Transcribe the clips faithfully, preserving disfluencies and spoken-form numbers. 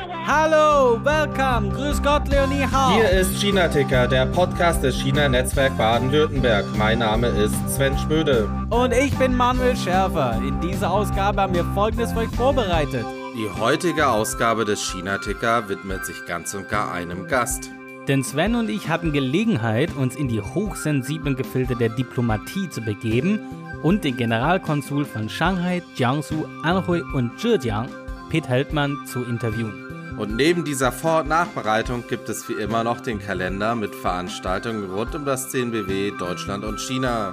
Hallo, welcome, grüß Gott, Leonie Hau. Hier ist China-Ticker, der Podcast des China-Netzwerk Baden-Württemberg. Mein Name ist Sven Schmöde. Und ich bin Manuel Schärfer. In dieser Ausgabe haben wir Folgendes für euch vorbereitet. Die heutige Ausgabe des China-Ticker widmet sich ganz und gar einem Gast. Denn Sven und ich hatten Gelegenheit, uns in die hochsensiblen Gefilde der Diplomatie zu begeben und den Generalkonsul von Shanghai, Jiangsu, Anhui und Zhejiang, Piet Heldmann, zu interviewen. Und neben dieser Vor- und Nachbereitung gibt es wie immer noch den Kalender mit Veranstaltungen rund um das C N B W, Deutschland und China.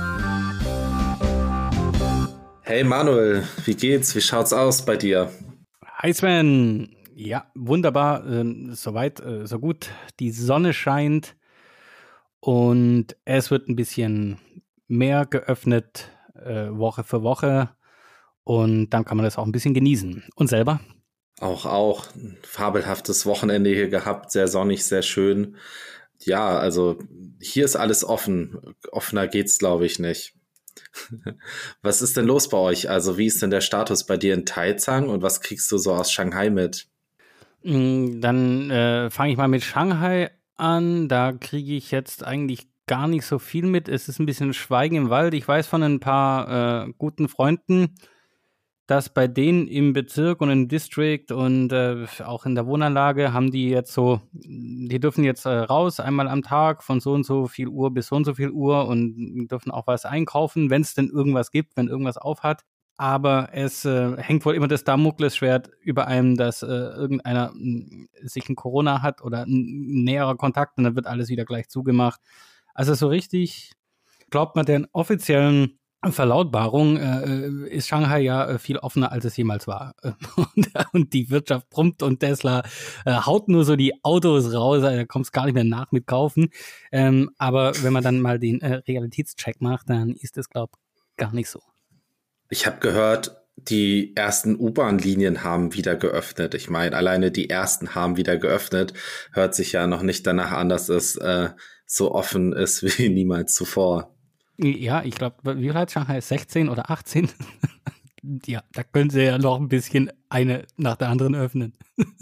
Hey Manuel, wie geht's? Wie schaut's aus bei dir? Hi Sven. Ja, wunderbar. Ähm, soweit, äh, so gut. Die Sonne scheint und es wird ein bisschen mehr geöffnet, äh, Woche für Woche. Und dann kann man das auch ein bisschen genießen. Und selber? Auch, auch. Ein fabelhaftes Wochenende hier gehabt. Sehr sonnig, sehr schön. Ja, also hier ist alles offen. Offener geht's, glaube ich, nicht. Was ist denn los bei euch? Also wie ist denn der Status bei dir in Taizang und was kriegst du so aus Shanghai mit? Dann äh, fange ich mal mit Shanghai an. Da kriege ich jetzt eigentlich gar nicht so viel mit. Es ist ein bisschen Schweigen im Wald. Ich weiß von ein paar äh, guten Freunden, dass bei denen im Bezirk und im District und äh, auch in der Wohnanlage haben die jetzt so, die dürfen jetzt äh, raus, einmal am Tag von so und so viel Uhr bis so und so viel Uhr und dürfen auch was einkaufen, wenn es denn irgendwas gibt, wenn irgendwas aufhat. Aber es äh, hängt wohl immer das Damoklesschwert über einem, dass äh, irgendeiner mh, sich ein Corona hat oder ein näherer Kontakt und dann wird alles wieder gleich zugemacht. Also so richtig glaubt man den offiziellen Verlautbarung äh, ist Shanghai ja äh, viel offener, als es jemals war. und, und die Wirtschaft brummt und Tesla äh, haut nur so die Autos raus, also da kommt es gar nicht mehr nach mit kaufen. Ähm, aber wenn man dann mal den äh, Realitätscheck macht, dann ist es, glaube ich, gar nicht so. Ich habe gehört, die ersten U-Bahn-Linien haben wieder geöffnet. Ich meine, alleine die ersten haben wieder geöffnet. Hört sich ja noch nicht danach an, dass es äh, so offen ist wie niemals zuvor. Ja, ich glaube, wie viel hat Shanghai? sechzehn oder achtzehn? Ja, da können sie ja noch ein bisschen eine nach der anderen öffnen.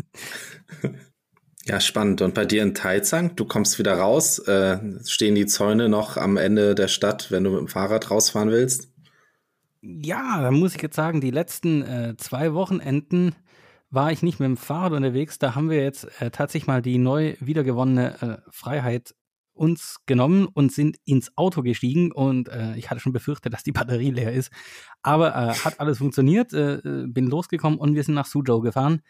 Ja, spannend. Und bei dir in Taizang, du kommst wieder raus. Äh, stehen die Zäune noch am Ende der Stadt, wenn du mit dem Fahrrad rausfahren willst? Ja, da muss ich jetzt sagen, die letzten äh, zwei Wochenenden war ich nicht mit dem Fahrrad unterwegs. Da haben wir jetzt äh, tatsächlich mal die neu wiedergewonnene äh, Freiheit uns genommen und sind ins Auto gestiegen und äh, ich hatte schon befürchtet, dass die Batterie leer ist. Aber äh, hat alles funktioniert, äh, bin losgekommen und wir sind nach Suzhou gefahren.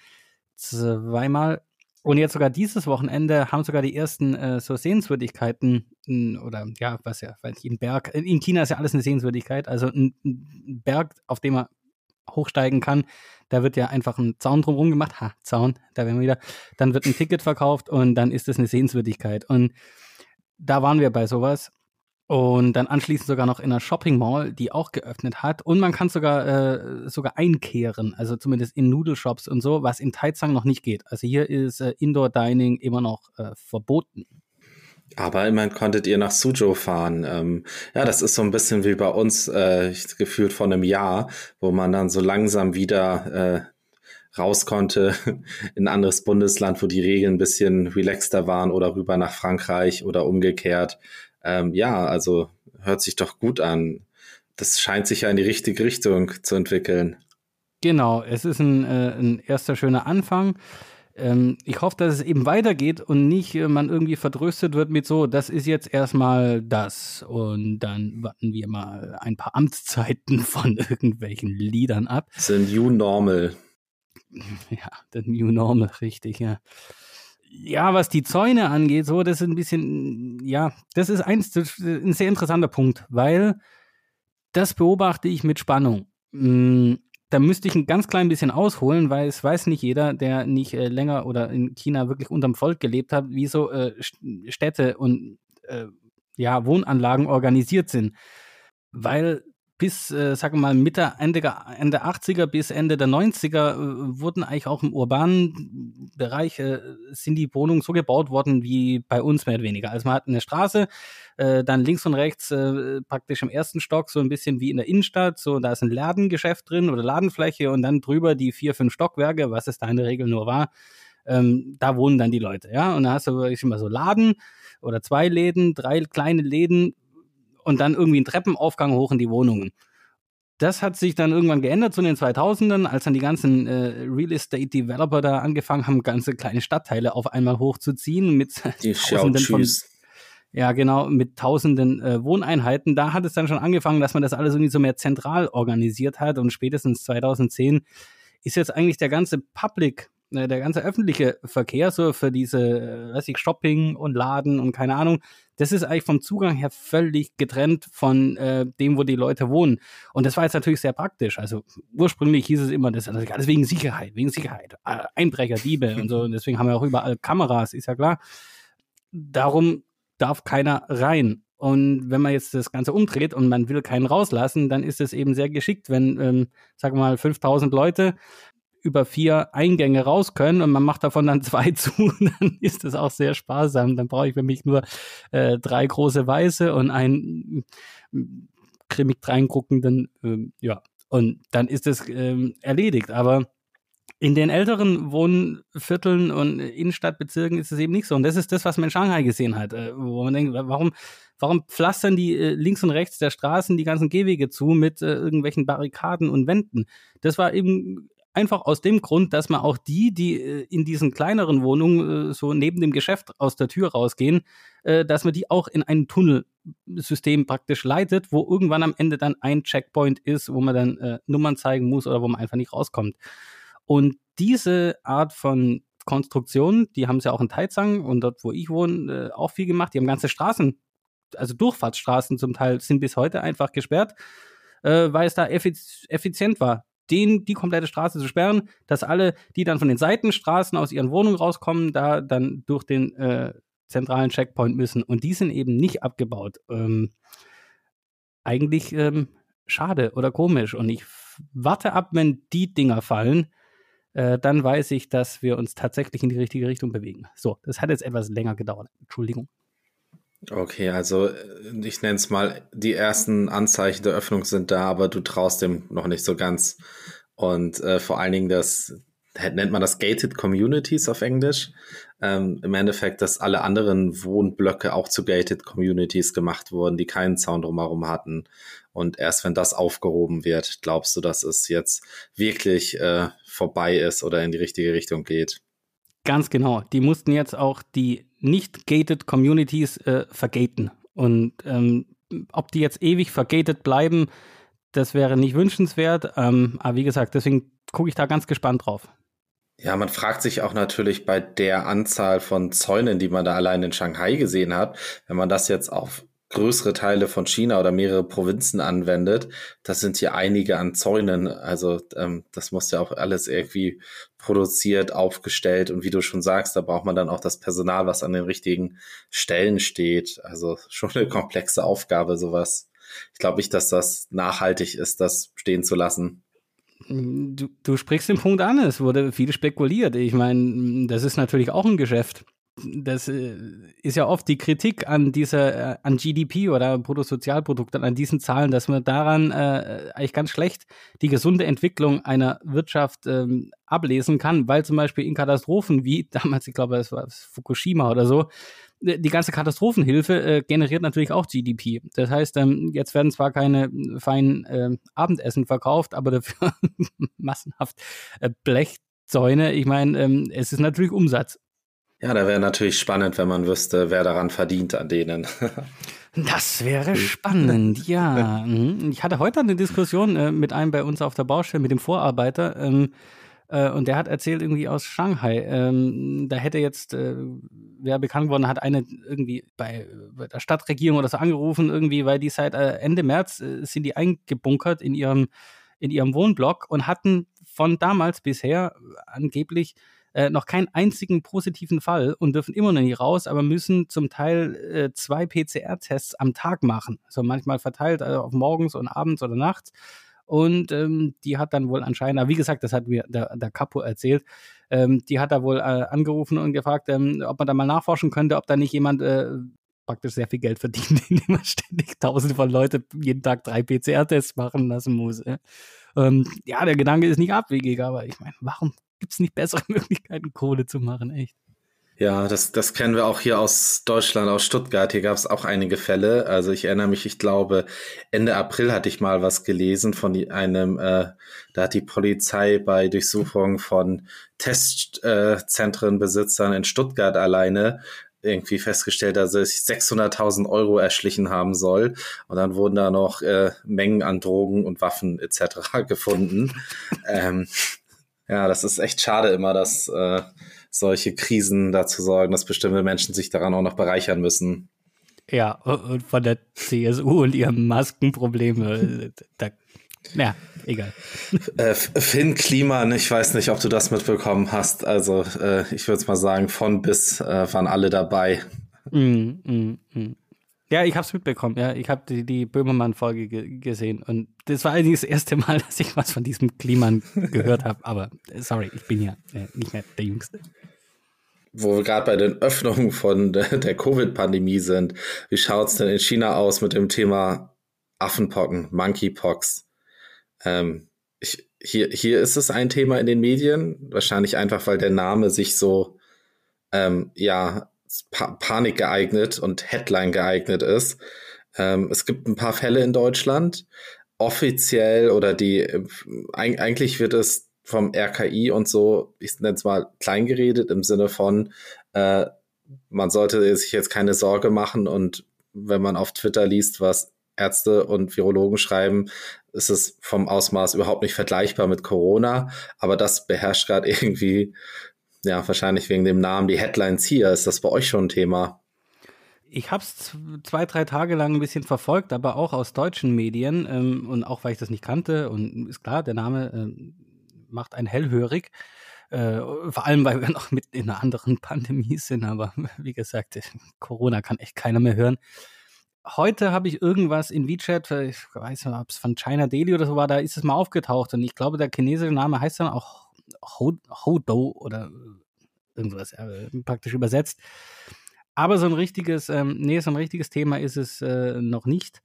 Zweimal. Und jetzt sogar dieses Wochenende haben sogar die ersten äh, so Sehenswürdigkeiten n, oder ja, was ja, weiß ich, ein Berg. In China ist ja alles eine Sehenswürdigkeit. Also ein, ein Berg, auf dem man hochsteigen kann. Da wird ja einfach ein Zaun drumherum gemacht. Ha, Zaun, da werden wir wieder. Dann wird ein Ticket verkauft und dann ist das eine Sehenswürdigkeit. Und da waren wir bei sowas und dann anschließend sogar noch in einer Shopping Mall, die auch geöffnet hat und man kann sogar äh, sogar einkehren, also zumindest in Nudelshops und so, was in Taizang noch nicht geht. Also hier ist äh, Indoor Dining immer noch äh, verboten. Aber immerhin konntet ihr nach Suzhou fahren. Ähm, ja, das ist so ein bisschen wie bei uns, äh, gefühlt vor einem Jahr, wo man dann so langsam wieder äh, raus konnte in ein anderes Bundesland, wo die Regeln ein bisschen relaxter waren oder rüber nach Frankreich oder umgekehrt. Ähm, ja, also hört sich doch gut an. Das scheint sich ja in die richtige Richtung zu entwickeln. Genau, es ist ein, äh, ein erster schöner Anfang. Ähm, ich hoffe, dass es eben weitergeht und nicht äh, man irgendwie vertröstet wird mit so, das ist jetzt erstmal das und dann warten wir mal ein paar Amtszeiten von irgendwelchen Liedern ab. The New Normal. Ja, the New Normal, richtig, ja. Ja, was die Zäune angeht, so, das ist ein bisschen, ja, das ist eins, das ist ein sehr interessanter Punkt, weil das beobachte ich mit Spannung. Da müsste ich ein ganz klein bisschen ausholen, weil es weiß nicht jeder, der nicht äh, länger oder in China wirklich unterm Volk gelebt hat, wie so äh, Städte und äh, ja, Wohnanlagen organisiert sind. Weil bis, äh, sagen wir mal, Mitte, Ende, Ende achtziger bis Ende der neunziger äh, wurden eigentlich auch im urbanen Bereich, äh, sind die Wohnungen so gebaut worden wie bei uns mehr oder weniger. Also man hat eine Straße, äh, dann links und rechts äh, praktisch im ersten Stock so ein bisschen wie in der Innenstadt, so da ist ein Ladengeschäft drin oder Ladenfläche und dann drüber die vier, fünf Stockwerke, was es da in der Regel nur war. Ähm, da wohnen dann die Leute, ja, und da hast du wirklich immer so Laden oder zwei Läden, drei kleine Läden und dann irgendwie einen Treppenaufgang hoch in die Wohnungen. Das hat sich dann irgendwann geändert zu den zweitausendern, als dann die ganzen äh, Real Estate Developer da angefangen haben, ganze kleine Stadtteile auf einmal hochzuziehen mit Die Tausenden von, Tschüss. ja genau, mit tausenden äh, Wohneinheiten. Da hat es dann schon angefangen, dass man das alles irgendwie so mehr zentral organisiert hat und spätestens zweitausendzehn ist jetzt eigentlich der ganze Public, äh, der ganze öffentliche Verkehr so für diese, äh, weiß ich, Shopping und Laden und keine Ahnung, das ist eigentlich vom Zugang her völlig getrennt von äh, dem, wo die Leute wohnen. Und das war jetzt natürlich sehr praktisch. Also ursprünglich hieß es immer, das ist alles wegen Sicherheit, wegen Sicherheit, Einbrecher, Diebe und so. Und deswegen haben wir auch überall Kameras, ist ja klar. Darum darf keiner rein. Und wenn man jetzt das Ganze umdreht und man will keinen rauslassen, dann ist es eben sehr geschickt, wenn, ähm, sagen wir mal, fünftausend Leute über vier Eingänge raus können und man macht davon dann zwei zu, dann ist das auch sehr sparsam. Dann brauche ich für mich nur äh, drei große Weiße und einen grimmig reinguckenden, ähm, ja, und dann ist es ähm, erledigt. Aber in den älteren Wohnvierteln und Innenstadtbezirken ist es eben nicht so. Und das ist das, was man in Shanghai gesehen hat, äh, wo man denkt, warum, warum pflastern die äh, links und rechts der Straßen die ganzen Gehwege zu mit äh, irgendwelchen Barrikaden und Wänden? Das war eben einfach aus dem Grund, dass man auch die, die äh, in diesen kleineren Wohnungen äh, so neben dem Geschäft aus der Tür rausgehen, äh, dass man die auch in ein Tunnelsystem praktisch leitet, wo irgendwann am Ende dann ein Checkpoint ist, wo man dann äh, Nummern zeigen muss oder wo man einfach nicht rauskommt. Und diese Art von Konstruktion, die haben sie auch in Taizang und dort, wo ich wohne, äh, auch viel gemacht. Die haben ganze Straßen, also Durchfahrtsstraßen zum Teil, sind bis heute einfach gesperrt, äh, weil es da effiz- effizient war, den, die komplette Straße zu sperren, dass alle, die dann von den Seitenstraßen aus ihren Wohnungen rauskommen, da dann durch den äh, zentralen Checkpoint müssen. Und die sind eben nicht abgebaut. Ähm, eigentlich ähm, schade oder komisch. Und ich f- warte ab, wenn die Dinger fallen, äh, dann weiß ich, dass wir uns tatsächlich in die richtige Richtung bewegen. So, das hat jetzt etwas länger gedauert. Entschuldigung. Okay, also äh, ich nenne es mal, die ersten Anzeichen der Öffnung sind da, aber du traust dem noch nicht so ganz. Und äh, vor allen Dingen das, nennt man das Gated Communities auf Englisch. Ähm, im Endeffekt, dass alle anderen Wohnblöcke auch zu Gated Communities gemacht wurden, die keinen Zaun drumherum hatten. Und erst wenn das aufgehoben wird, glaubst du, dass es jetzt wirklich äh, vorbei ist oder in die richtige Richtung geht? Ganz genau. Die mussten jetzt auch die nicht gated Communities äh, vergaten. Und ähm, ob die jetzt ewig vergated bleiben, das wäre nicht wünschenswert. Ähm, aber wie gesagt, deswegen gucke ich da ganz gespannt drauf. Ja, man fragt sich auch natürlich bei der Anzahl von Zäunen, die man da allein in Shanghai gesehen hat, wenn man das jetzt auf größere Teile von China oder mehrere Provinzen anwendet, das sind hier einige an Zäunen. Also ähm, das muss ja auch alles irgendwie produziert, aufgestellt. Und wie du schon sagst, da braucht man dann auch das Personal, was an den richtigen Stellen steht. Also schon eine komplexe Aufgabe, sowas. Ich glaube nicht, dass das nachhaltig ist, das stehen zu lassen. Du, du sprichst den Punkt an, es wurde viel spekuliert. Ich meine, das ist natürlich auch ein Geschäft. Das äh, ist ja oft die Kritik an dieser, äh, an G D P oder Bruttosozialprodukt, an diesen Zahlen, dass man daran äh, eigentlich ganz schlecht die gesunde Entwicklung einer Wirtschaft ähm, ablesen kann, weil zum Beispiel in Katastrophen wie damals, ich glaube, es war Fukushima oder so, die ganze Katastrophenhilfe äh, generiert natürlich auch G D P. Das heißt, ähm, jetzt werden zwar keine feinen äh, Abendessen verkauft, aber dafür massenhaft äh, Blechzäune. Ich meine, ähm, es ist natürlich Umsatz. Ja, da wäre natürlich spannend, wenn man wüsste, wer daran verdient an denen. Das wäre spannend, ja. Ich hatte heute eine Diskussion äh, mit einem bei uns auf der Baustelle, mit dem Vorarbeiter, ähm, äh, und der hat erzählt irgendwie aus Shanghai. Ähm, da hätte jetzt, äh, wer bekannt geworden, hat eine irgendwie bei, bei der Stadtregierung oder so angerufen, irgendwie, weil die seit äh, Ende März äh, sind die eingebunkert in ihrem, in ihrem Wohnblock und hatten von damals bisher angeblich äh, noch keinen einzigen positiven Fall und dürfen immer noch nicht raus, aber müssen zum Teil äh, zwei P C R-Tests am Tag machen. Also manchmal verteilt also auf morgens und abends oder nachts. Und ähm, die hat dann wohl anscheinend, wie gesagt, das hat mir der, der Capo erzählt, ähm, die hat da wohl äh, angerufen und gefragt, ähm, ob man da mal nachforschen könnte, ob da nicht jemand äh, praktisch sehr viel Geld verdient, indem man ständig tausende von Leuten jeden Tag drei P C R-Tests machen lassen muss. Äh. Ähm, ja, der Gedanke ist nicht abwegig, aber ich meine, warum gibt es nicht bessere Möglichkeiten, Kohle zu machen, echt? Ja, das, das kennen wir auch hier aus Deutschland, aus Stuttgart. Hier gab es auch einige Fälle. Also ich erinnere mich, ich glaube, Ende April hatte ich mal was gelesen von einem, äh, da hat die Polizei bei Durchsuchung von Testzentrenbesitzern in Stuttgart alleine irgendwie festgestellt, dass er sich sechshunderttausend Euro erschlichen haben soll. Und dann wurden da noch äh, Mengen an Drogen und Waffen et cetera gefunden. ähm, ja, das ist echt schade immer, dass äh, solche Krisen dazu sorgen, dass bestimmte Menschen sich daran auch noch bereichern müssen. Ja, und von der C S U und ihren Maskenprobleme, da, ja, egal. Äh, Finn Kliman, ich weiß nicht, ob du das mitbekommen hast, also äh, ich würde mal sagen, von bis äh, waren alle dabei. Mm, mm, mm. Ja, ich habe es mitbekommen, ja, ich habe die, die Böhmermann-Folge ge- gesehen und das war eigentlich das erste Mal, dass ich was von diesem Kliman gehört habe, aber sorry, ich bin ja äh, nicht mehr der Jüngste. Wo wir gerade bei den Öffnungen von der, der Covid-Pandemie sind, wie schaut's denn in China aus mit dem Thema Affenpocken, Monkeypox? Ähm, ich, hier, hier ist es ein Thema in den Medien, wahrscheinlich einfach, weil der Name sich so, ähm, ja, pa- Panik geeignet und Headline geeignet ist. Ähm, es gibt ein paar Fälle in Deutschland, offiziell oder die, eigentlich wird es vom R K I und so, ich nenne es mal klein geredet, im Sinne von, äh, man sollte sich jetzt keine Sorge machen und wenn man auf Twitter liest, was Ärzte und Virologen schreiben, ist es vom Ausmaß überhaupt nicht vergleichbar mit Corona, aber das beherrscht gerade irgendwie, ja, wahrscheinlich wegen dem Namen, die Headlines hier. Ist das bei euch schon ein Thema? Ich habe es zwei, drei Tage lang ein bisschen verfolgt, aber auch aus deutschen Medien ähm, und auch, weil ich das nicht kannte und ist klar, der Name ähm, macht einen hellhörig, äh, vor allem, weil wir noch mit in einer anderen Pandemie sind, aber wie gesagt, Corona kann echt keiner mehr hören. Heute habe ich irgendwas in WeChat, ich weiß nicht, ob es von China Daily oder so war, da ist es mal aufgetaucht und ich glaube, der chinesische Name heißt dann auch Houdou oder irgendwas, ja, praktisch übersetzt. Aber so ein richtiges, ähm, nee, so ein richtiges Thema ist es äh, noch nicht.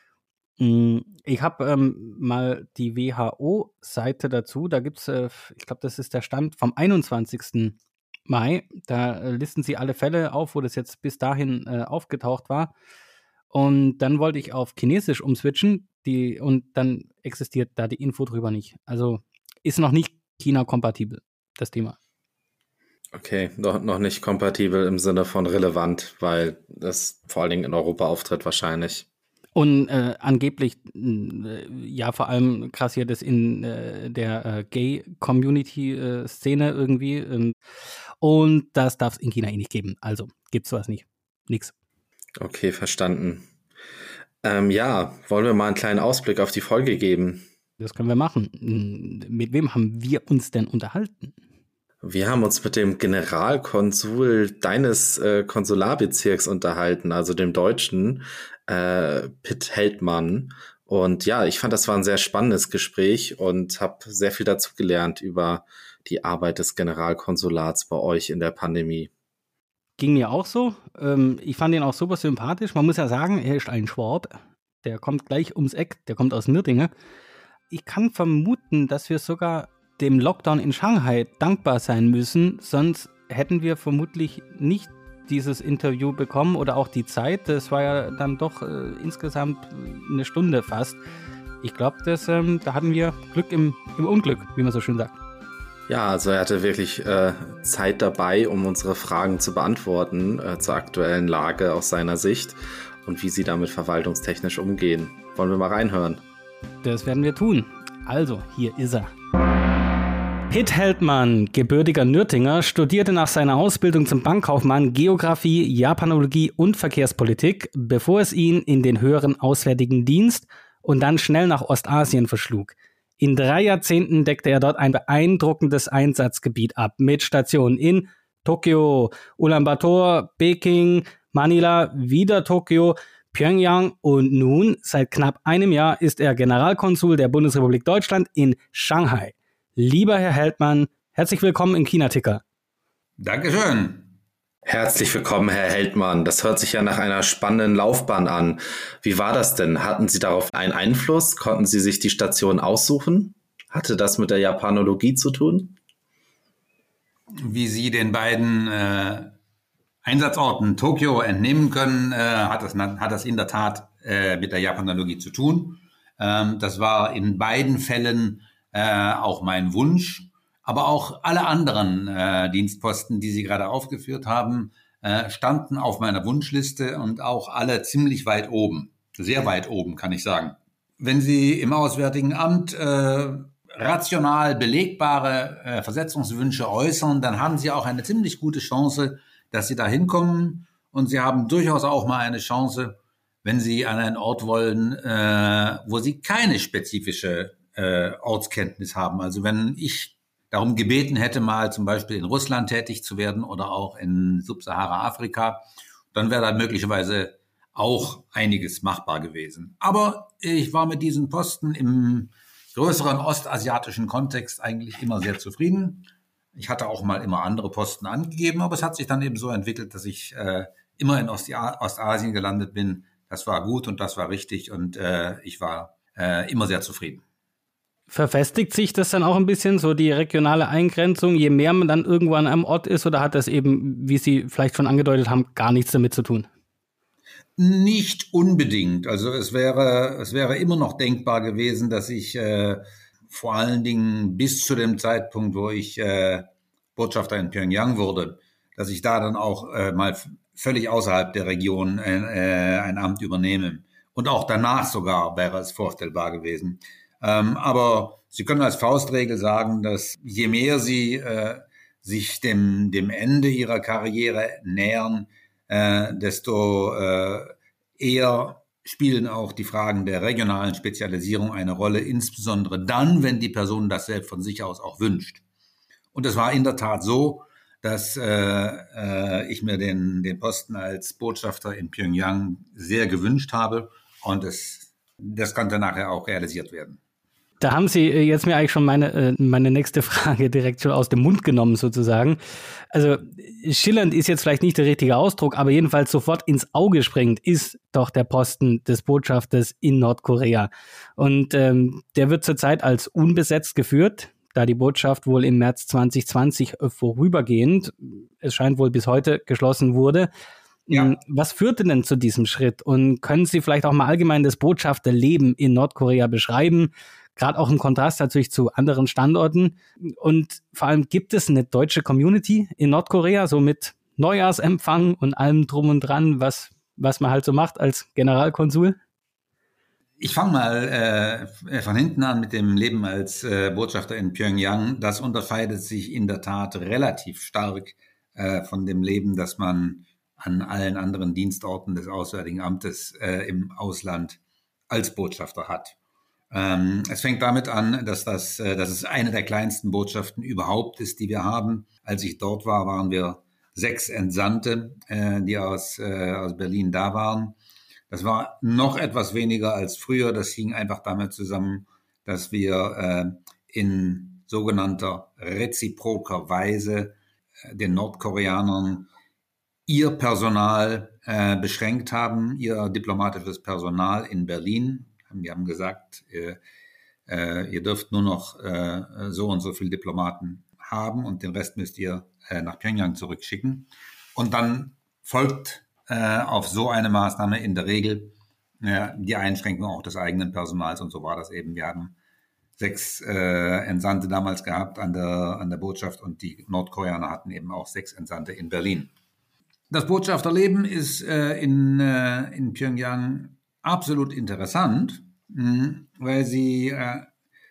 Ich habe ähm, mal die W H O-Seite dazu, da gibt es, äh, ich glaube, das ist der Stand vom einundzwanzigsten Mai, da äh, listen sie alle Fälle auf, wo das jetzt bis dahin äh, aufgetaucht war. Und dann wollte ich auf Chinesisch umswitchen, die, und dann existiert da die Info drüber nicht. Also ist noch nicht China-kompatibel, das Thema. Okay, noch, noch nicht kompatibel im Sinne von relevant, weil das vor allen Dingen in Europa auftritt wahrscheinlich. Und äh, angeblich, äh, ja, vor allem grassiert es in äh, der äh, Gay-Community-Szene äh, irgendwie. Ähm, und das darf es in China eh nicht geben. Also gibt es sowas nicht. Nix. Okay, verstanden. Ähm, ja, wollen wir mal einen kleinen Ausblick auf die Folge geben? Das können wir machen. Mit wem haben wir uns denn unterhalten? Wir haben uns mit dem Generalkonsul deines äh, Konsularbezirks unterhalten, also dem Deutschen, äh, Pitt Heldmann. Und ja, ich fand, das war ein sehr spannendes Gespräch und habe sehr viel dazu gelernt über die Arbeit des Generalkonsulats bei euch in der Pandemie. Ging mir auch so. Ähm, ich fand ihn auch super sympathisch. Man muss ja sagen, er ist ein Schwab. Der kommt gleich ums Eck. Der kommt aus Nürtingen. Ich kann vermuten, dass wir sogar dem Lockdown in Shanghai dankbar sein müssen. Sonst hätten wir vermutlich nicht dieses Interview bekommen oder auch die Zeit. Das war ja dann doch äh, insgesamt eine Stunde fast. Ich glaube, ähm, da hatten wir Glück im, im Unglück, wie man so schön sagt. Ja, also er hatte wirklich äh, Zeit dabei, um unsere Fragen zu beantworten äh, zur aktuellen Lage aus seiner Sicht und wie sie damit verwaltungstechnisch umgehen. Wollen wir mal reinhören? Das werden wir tun. Also, hier ist er. Pitt Heldmann, gebürtiger Nürtinger, studierte nach seiner Ausbildung zum Bankkaufmann Geografie, Japanologie und Verkehrspolitik, bevor es ihn in den höheren Auswärtigen Dienst und dann schnell nach Ostasien verschlug. In drei Jahrzehnten deckte er dort ein beeindruckendes Einsatzgebiet ab, mit Stationen in Tokio, Ulaanbaatar, Peking, Manila, wieder Tokio, Pyongyang und nun, seit knapp einem Jahr, ist er Generalkonsul der Bundesrepublik Deutschland in Shanghai. Lieber Herr Heldmann, herzlich willkommen im China-Ticker. Dankeschön. Herzlich willkommen, Herr Heldmann. Das hört sich ja nach einer spannenden Laufbahn an. Wie war das denn? Hatten Sie darauf einen Einfluss? Konnten Sie sich die Station aussuchen? Hatte das mit der Japanologie zu tun? Wie Sie den beiden äh, Einsatzorten Tokio entnehmen können, äh, hat, das, hat das in der Tat äh, mit der Japanologie zu tun. Ähm, das war in beiden Fällen äh, auch mein Wunsch. Aber auch alle anderen äh, Dienstposten, die Sie gerade aufgeführt haben, äh, standen auf meiner Wunschliste und auch alle ziemlich weit oben. Sehr weit oben, kann ich sagen. Wenn Sie im Auswärtigen Amt äh, rational belegbare äh, Versetzungswünsche äußern, dann haben Sie auch eine ziemlich gute Chance, dass Sie da hinkommen. Und Sie haben durchaus auch mal eine Chance, wenn Sie an einen Ort wollen, äh, wo Sie keine spezifische äh, Ortskenntnis haben. Also wenn ich darum gebeten hätte, mal zum Beispiel in Russland tätig zu werden oder auch in Subsahara-Afrika, dann wäre da möglicherweise auch einiges machbar gewesen. Aber ich war mit diesen Posten im größeren ostasiatischen Kontext eigentlich immer sehr zufrieden. Ich hatte auch mal immer andere Posten angegeben, aber es hat sich dann eben so entwickelt, dass ich äh, immer in Ost- Ostasien gelandet bin. Das war gut und das war richtig und äh, ich war äh, immer sehr zufrieden. Verfestigt sich das dann auch ein bisschen, so die regionale Eingrenzung, je mehr man dann irgendwo an einem Ort ist, oder hat das eben, wie Sie vielleicht schon angedeutet haben, gar nichts damit zu tun? Nicht unbedingt. Also es wäre, es wäre immer noch denkbar gewesen, dass ich äh, vor allen Dingen bis zu dem Zeitpunkt, wo ich äh, Botschafter in Pyongyang wurde, dass ich da dann auch äh, mal f- völlig außerhalb der Region äh, ein Amt übernehme. Und auch danach sogar wäre es vorstellbar gewesen. Ähm, aber Sie können als Faustregel sagen, dass je mehr Sie äh, sich dem, dem Ende Ihrer Karriere nähern, äh, desto äh, eher spielen auch die Fragen der regionalen Spezialisierung eine Rolle, insbesondere dann, wenn die Person das selbst von sich aus auch wünscht. Und es war in der Tat so, dass äh, äh, ich mir den, den Posten als Botschafter in Pyongyang sehr gewünscht habe und es, das konnte nachher auch realisiert werden. Da haben Sie jetzt mir eigentlich schon meine, meine nächste Frage direkt schon aus dem Mund genommen sozusagen. Also schillernd ist jetzt vielleicht nicht der richtige Ausdruck, aber jedenfalls sofort ins Auge springend ist doch der Posten des Botschafters in Nordkorea. Und ähm, der wird zurzeit als unbesetzt geführt, da die Botschaft wohl im März zwanzig zwanzig vorübergehend, es scheint wohl bis heute, geschlossen wurde. Ja. Was führte denn zu diesem Schritt? Und können Sie vielleicht auch mal allgemein das Botschafterleben in Nordkorea beschreiben? Gerade auch im Kontrast natürlich zu anderen Standorten. Und vor allem, gibt es eine deutsche Community in Nordkorea, so mit Neujahrsempfang und allem drum und dran, was, was man halt so macht als Generalkonsul? Ich fange mal äh, von hinten an mit dem Leben als äh, Botschafter in Pyongyang. Das unterscheidet sich in der Tat relativ stark äh, von dem Leben, das man an allen anderen Dienstorten des Auswärtigen Amtes äh, im Ausland als Botschafter hat. Ähm, es fängt damit an, dass, das, äh, dass es eine der kleinsten Botschaften überhaupt ist, die wir haben. Als ich dort war, waren wir sechs Entsandte, äh, die aus, äh, aus Berlin da waren. Das war noch etwas weniger als früher. Das hing einfach damit zusammen, dass wir äh, in sogenannter reziproker Weise äh, den Nordkoreanern ihr Personal äh, beschränkt haben, ihr diplomatisches Personal in Berlin. Wir haben gesagt, äh, äh, ihr dürft nur noch äh, so und so viele Diplomaten haben und den Rest müsst ihr äh, nach Pyongyang zurückschicken. Und dann folgt äh, auf so eine Maßnahme in der Regel äh, die Einschränkung auch des eigenen Personals. Und so war das eben. Wir haben sechs äh, Entsandte damals gehabt an der, an der Botschaft und die Nordkoreaner hatten eben auch sechs Entsandte in Berlin. Das Botschafterleben ist äh, in, äh, in Pyongyang absolut interessant, mh, weil sie äh,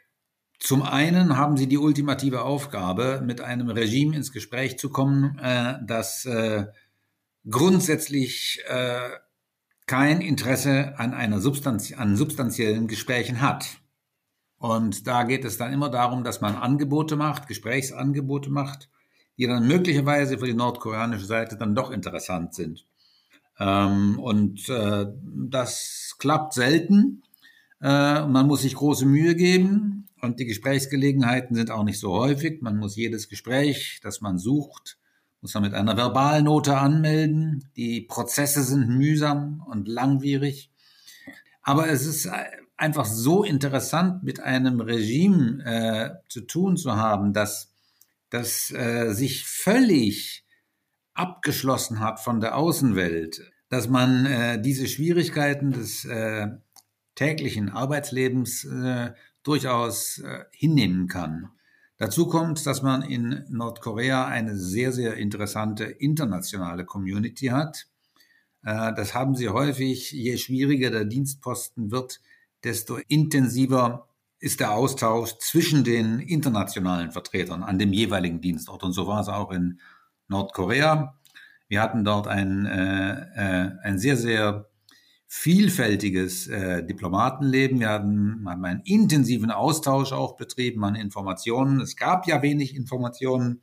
zum einen haben sie die ultimative Aufgabe, mit einem Regime ins Gespräch zu kommen, äh, das äh, grundsätzlich äh, kein Interesse an einer Substanz, an substanziellen Gesprächen hat. Und da geht es dann immer darum, dass man Angebote macht, Gesprächsangebote macht, die dann möglicherweise für die nordkoreanische Seite dann doch interessant sind. Ähm, und äh, das klappt selten. Äh, man muss sich große Mühe geben und die Gesprächsgelegenheiten sind auch nicht so häufig. Man muss jedes Gespräch, das man sucht, muss man mit einer Verbalnote anmelden. Die Prozesse sind mühsam und langwierig. Aber es ist einfach so interessant, mit einem Regime äh, zu tun zu haben, das, das äh, sich völlig abgeschlossen hat von der Außenwelt, dass man äh, diese Schwierigkeiten des äh, täglichen Arbeitslebens äh, durchaus äh, hinnehmen kann. Dazu kommt, dass man in Nordkorea eine sehr, sehr interessante internationale Community hat. Äh, das haben sie häufig, je schwieriger der Dienstposten wird, desto intensiver ist der Austausch zwischen den internationalen Vertretern an dem jeweiligen Dienstort. Und so war es auch in Nordkorea. Wir hatten dort ein, äh, äh, ein sehr, sehr vielfältiges äh, Diplomatenleben. Wir hatten, haben einen intensiven Austausch auch betrieben an Informationen. Es gab ja wenig Informationen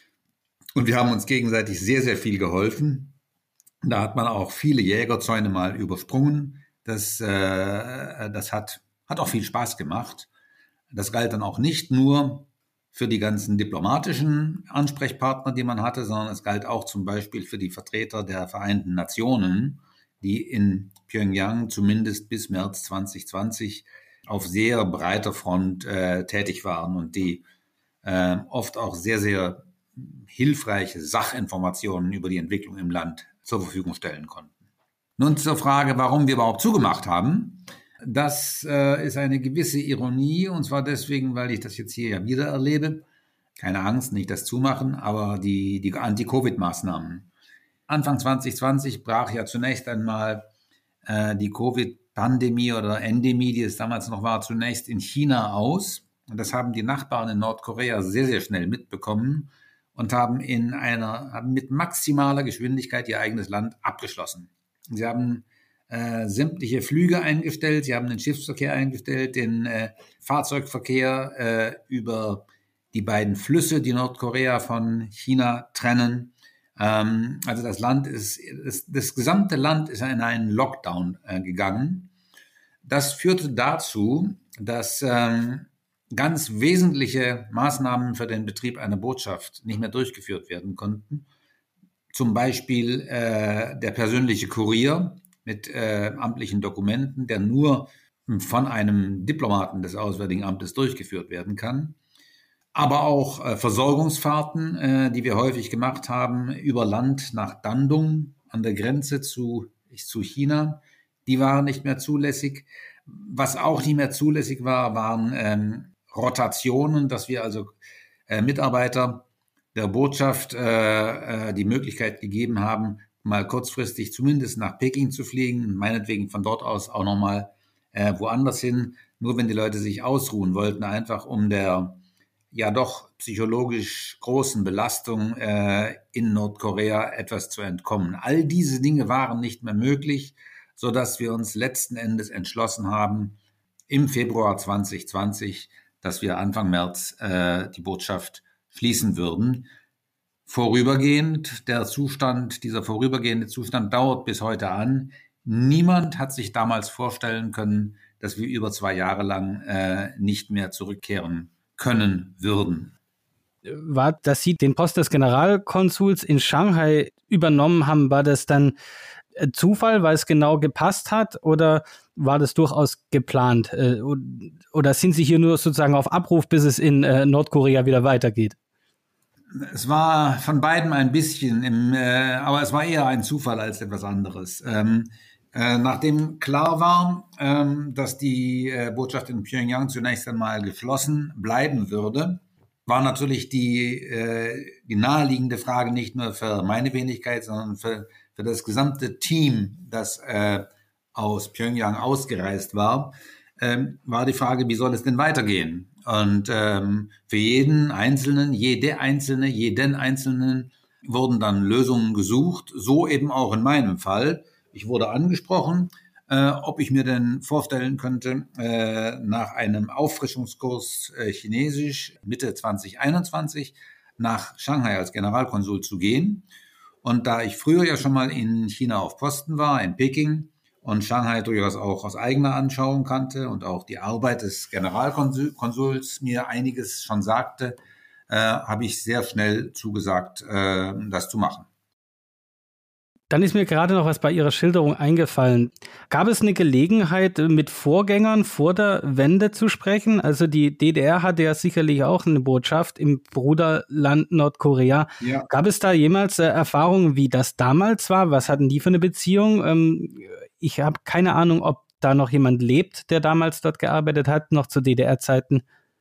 und wir haben uns gegenseitig sehr, sehr viel geholfen. Da hat man auch viele Jägerzäune mal übersprungen. Das, äh, das hat, hat auch viel Spaß gemacht. Das galt dann auch nicht nur für die ganzen diplomatischen Ansprechpartner, die man hatte, sondern es galt auch zum Beispiel für die Vertreter der Vereinten Nationen, die in Pjöngjang zumindest bis März zwanzig zwanzig auf sehr breiter Front äh, tätig waren und die äh, oft auch sehr, sehr hilfreiche Sachinformationen über die Entwicklung im Land zur Verfügung stellen konnten. Nun zur Frage, warum wir überhaupt zugemacht haben. Das äh, ist eine gewisse Ironie, und zwar deswegen, weil ich das jetzt hier ja wieder erlebe. Keine Angst, nicht das Zumachen, aber die, die Anti-Covid-Maßnahmen. Anfang zwanzig zwanzig brach ja zunächst einmal äh, die Covid-Pandemie oder Endemie, die es damals noch war, zunächst in China aus. Und das haben die Nachbarn in Nordkorea sehr, sehr schnell mitbekommen und haben in einer, haben mit maximaler Geschwindigkeit ihr eigenes Land abgeschlossen. Sie haben äh, sämtliche Flüge eingestellt, sie haben den Schiffsverkehr eingestellt, den äh, Fahrzeugverkehr äh, über die beiden Flüsse, die Nordkorea von China trennen. Ähm, also das Land ist, das, das gesamte Land ist in einen Lockdown äh, gegangen. Das führte dazu, dass ähm, ganz wesentliche Maßnahmen für den Betrieb einer Botschaft nicht mehr durchgeführt werden konnten. Zum Beispiel äh, der persönliche Kurier mit äh, amtlichen Dokumenten, der nur von einem Diplomaten des Auswärtigen Amtes durchgeführt werden kann. Aber auch äh, Versorgungsfahrten, äh, die wir häufig gemacht haben, über Land nach Dandung an der Grenze zu, zu China, die waren nicht mehr zulässig. Was auch nicht mehr zulässig war, waren ähm, Rotationen, dass wir also äh, Mitarbeiter der Botschaft äh, äh, die Möglichkeit gegeben haben, mal kurzfristig zumindest nach Peking zu fliegen, meinetwegen von dort aus auch nochmal äh, woanders hin, nur wenn die Leute sich ausruhen wollten, einfach um der ja doch psychologisch großen Belastung äh, in Nordkorea etwas zu entkommen. All diese Dinge waren nicht mehr möglich, sodass wir uns letzten Endes entschlossen haben, im Februar zwanzig zwanzig, dass wir Anfang März äh, die Botschaft schließen würden. Vorübergehend, der Zustand, dieser vorübergehende Zustand dauert bis heute an. Niemand hat sich damals vorstellen können, dass wir über zwei Jahre lang äh, nicht mehr zurückkehren können würden. War, dass Sie den Post des Generalkonsuls in Shanghai übernommen haben, war das dann Zufall, weil es genau gepasst hat, oder war das durchaus geplant? Oder sind Sie hier nur sozusagen auf Abruf, bis es in Nordkorea wieder weitergeht? Es war von beiden ein bisschen, im, äh, aber es war eher ein Zufall als etwas anderes. Ähm, äh, nachdem klar war, ähm, dass die äh, Botschaft in Pjöngjang zunächst einmal geschlossen bleiben würde, war natürlich die, äh, die naheliegende Frage nicht nur für meine Wenigkeit, sondern für, für das gesamte Team, das äh, aus Pjöngjang ausgereist war, ähm, war die Frage, wie soll es denn weitergehen? Und ähm, für jeden Einzelnen, jede Einzelne, jeden Einzelnen wurden dann Lösungen gesucht, so eben auch in meinem Fall. Ich wurde angesprochen, äh, ob ich mir denn vorstellen könnte, äh, nach einem Auffrischungskurs äh, Chinesisch Mitte zwanzig einundzwanzig nach Shanghai als Generalkonsul zu gehen. Und da ich früher ja schon mal in China auf Posten war, in Peking, und Shanghai durchaus auch aus eigener Anschauung kannte und auch die Arbeit des Generalkonsuls mir einiges schon sagte, äh, habe ich sehr schnell zugesagt, äh, das zu machen. Dann ist mir gerade noch was bei Ihrer Schilderung eingefallen. Gab es eine Gelegenheit, mit Vorgängern vor der Wende zu sprechen? Also die D D R hatte ja sicherlich auch eine Botschaft im Bruderland Nordkorea. Ja. Gab es da jemals äh, Erfahrungen, wie das damals war? Was hatten die für eine Beziehung? Ähm, ich habe keine Ahnung, ob da noch jemand lebt, der damals dort gearbeitet hat, noch zu D D R-Zeiten.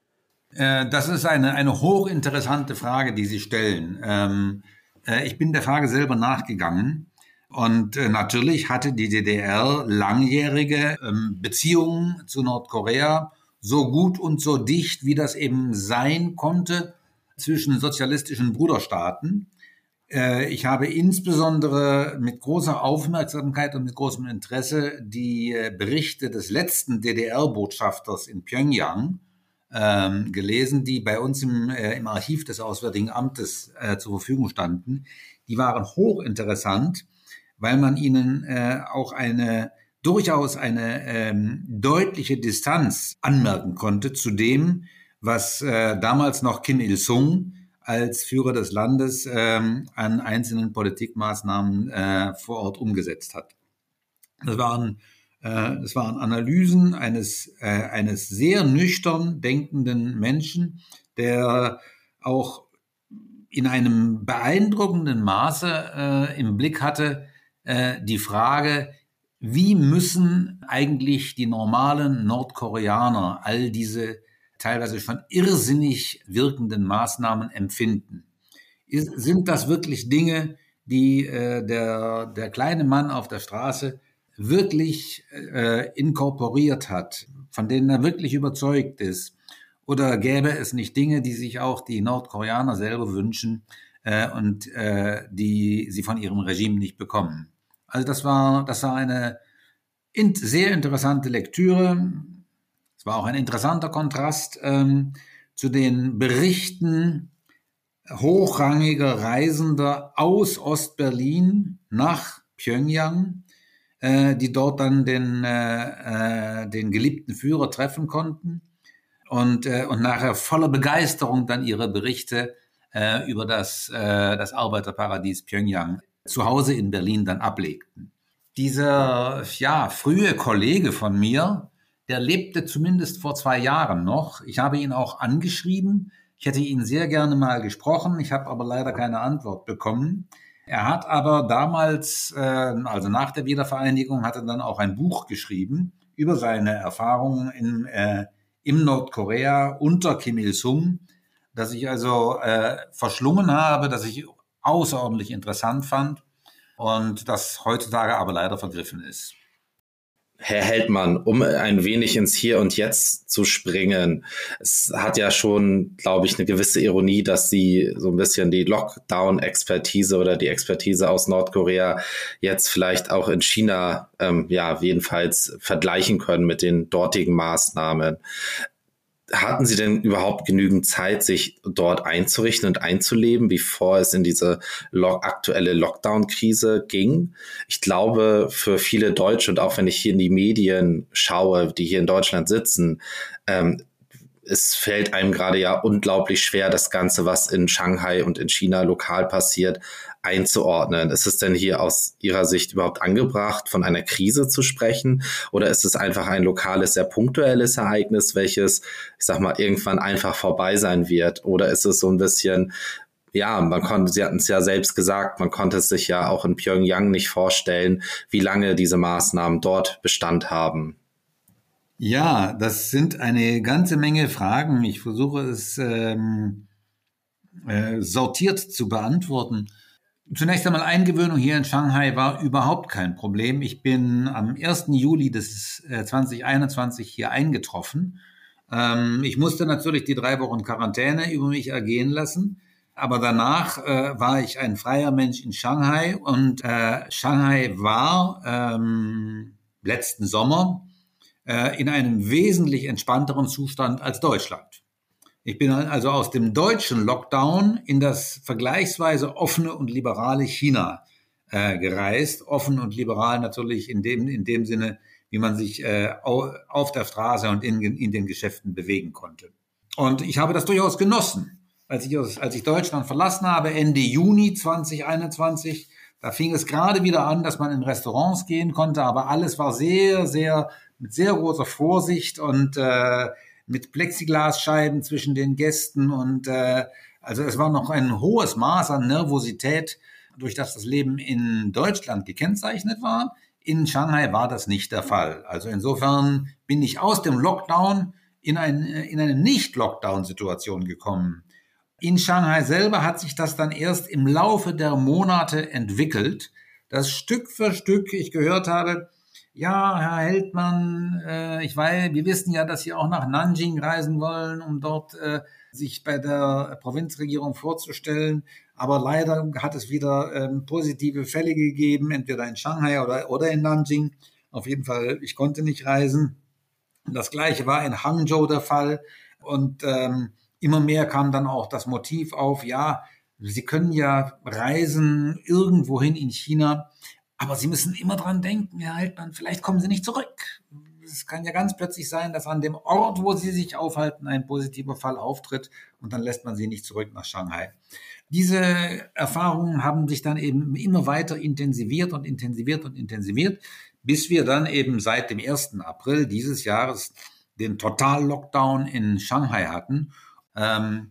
Äh, das ist eine, eine hochinteressante Frage, die Sie stellen. Ähm, äh, ich bin der Frage selber nachgegangen. Und äh, natürlich hatte die D D R langjährige ähm, Beziehungen zu Nordkorea, so gut und so dicht, wie das eben sein konnte zwischen sozialistischen Bruderstaaten. Äh, ich habe insbesondere mit großer Aufmerksamkeit und mit großem Interesse die äh, Berichte des letzten D D R-Botschafters in Pyongyang ähm, gelesen, die bei uns im, äh, im Archiv des Auswärtigen Amtes äh, zur Verfügung standen. Die waren hochinteressant, weil man ihnen äh, auch eine durchaus eine ähm, deutliche Distanz anmerken konnte zu dem, was äh, damals noch Kim Il-sung als Führer des Landes ähm, an einzelnen Politikmaßnahmen äh, vor Ort umgesetzt hat. Das waren, äh, das waren Analysen eines, äh, eines sehr nüchtern denkenden Menschen, der auch in einem beeindruckenden Maße äh, im Blick hatte, die Frage, wie müssen eigentlich die normalen Nordkoreaner all diese teilweise schon irrsinnig wirkenden Maßnahmen empfinden? Ist, sind das wirklich Dinge, die äh, der, der kleine Mann auf der Straße wirklich äh, inkorporiert hat, von denen er wirklich überzeugt ist? Oder gäbe es nicht Dinge, die sich auch die Nordkoreaner selber wünschen äh, und äh, die sie von ihrem Regime nicht bekommen? Also das war, das war eine in, sehr interessante Lektüre. Es war auch ein interessanter Kontrast ähm, zu den Berichten hochrangiger Reisender aus Ostberlin nach Pyongyang, äh, die dort dann den, äh, den geliebten Führer treffen konnten und, äh, und nachher voller Begeisterung dann ihre Berichte äh, über das, äh, das Arbeiterparadies Pyongyang zu Hause in Berlin dann ablegten. Dieser, ja, frühe Kollege von mir, der lebte zumindest vor zwei Jahren noch. Ich habe ihn auch angeschrieben. Ich hätte ihn sehr gerne mal gesprochen. Ich habe aber leider keine Antwort bekommen. Er hat aber damals, äh, also nach der Wiedervereinigung, hat er dann auch ein Buch geschrieben über seine Erfahrungen in, äh, im Nordkorea unter Kim Il-sung, das ich also äh, verschlungen habe, das ich außerordentlich interessant fand und das heutzutage aber leider vergriffen ist. Herr Heldmann, um ein wenig ins Hier und Jetzt zu springen, es hat ja schon, glaube ich, eine gewisse Ironie, dass Sie so ein bisschen die Lockdown-Expertise oder die Expertise aus Nordkorea jetzt vielleicht auch in China, ähm, ja, jedenfalls vergleichen können mit den dortigen Maßnahmen. Hatten Sie denn überhaupt genügend Zeit, sich dort einzurichten und einzuleben, bevor es in diese lo- aktuelle Lockdown-Krise ging? Ich glaube, für viele Deutsche und auch wenn ich hier in die Medien schaue, die hier in Deutschland sitzen, ähm, es fällt einem gerade ja unglaublich schwer, das Ganze, was in Shanghai und in China lokal passiert, einzuordnen. Ist es denn hier aus Ihrer Sicht überhaupt angebracht, von einer Krise zu sprechen? Oder ist es einfach ein lokales, sehr punktuelles Ereignis, welches, ich sag mal, irgendwann einfach vorbei sein wird? Oder ist es so ein bisschen, ja, man konnte, Sie hatten es ja selbst gesagt, man konnte es sich ja auch in Pyongyang nicht vorstellen, wie lange diese Maßnahmen dort Bestand haben? Ja, das sind eine ganze Menge Fragen. Ich versuche es ähm, äh, sortiert zu beantworten. Zunächst einmal Eingewöhnung hier in Shanghai war überhaupt kein Problem. Ich bin am ersten Juli des äh, zwanzig einundzwanzig hier eingetroffen. Ähm, ich musste natürlich die drei Wochen Quarantäne über mich ergehen lassen. Aber danach äh, war ich ein freier Mensch in Shanghai und äh, Shanghai war, ähm, letzten Sommer äh, in einem wesentlich entspannteren Zustand als Deutschland. Ich bin also aus dem deutschen Lockdown in das vergleichsweise offene und liberale China äh, gereist. Offen und liberal natürlich in dem, in dem Sinne, wie man sich äh, auf der Straße und in, in den Geschäften bewegen konnte. Und ich habe das durchaus genossen. Als ich, als ich Deutschland verlassen habe, Ende Juni zwanzig einundzwanzig, da fing es gerade wieder an, dass man in Restaurants gehen konnte, aber alles war sehr, sehr, mit sehr großer Vorsicht und äh, mit Plexiglasscheiben zwischen den Gästen und äh, also es war noch ein hohes Maß an Nervosität, durch das das Leben in Deutschland gekennzeichnet war. In Shanghai war das nicht der Fall. Also insofern bin ich aus dem Lockdown in, ein, in eine Nicht-Lockdown-Situation gekommen. In Shanghai selber hat sich das dann erst im Laufe der Monate entwickelt, dass Stück für Stück ich gehört habe, ja, Herr Heldmann, äh, ich weiß, wir wissen ja, dass Sie auch nach Nanjing reisen wollen, um dort äh, sich bei der Provinzregierung vorzustellen. Aber leider hat es wieder ähm, positive Fälle gegeben, entweder in Shanghai oder, oder in Nanjing. Auf jeden Fall, ich konnte nicht reisen. Das Gleiche war in Hangzhou der Fall. Und ähm, immer mehr kam dann auch das Motiv auf, ja, Sie können ja reisen irgendwohin in China, aber Sie müssen immer dran denken, Herr Heldmann, vielleicht kommen Sie nicht zurück. Es kann ja ganz plötzlich sein, dass an dem Ort, wo Sie sich aufhalten, ein positiver Fall auftritt und dann lässt man Sie nicht zurück nach Shanghai. Diese Erfahrungen haben sich dann eben immer weiter intensiviert und intensiviert und intensiviert, bis wir dann eben seit dem ersten April dieses Jahres den Total-Lockdown in Shanghai hatten. Ähm,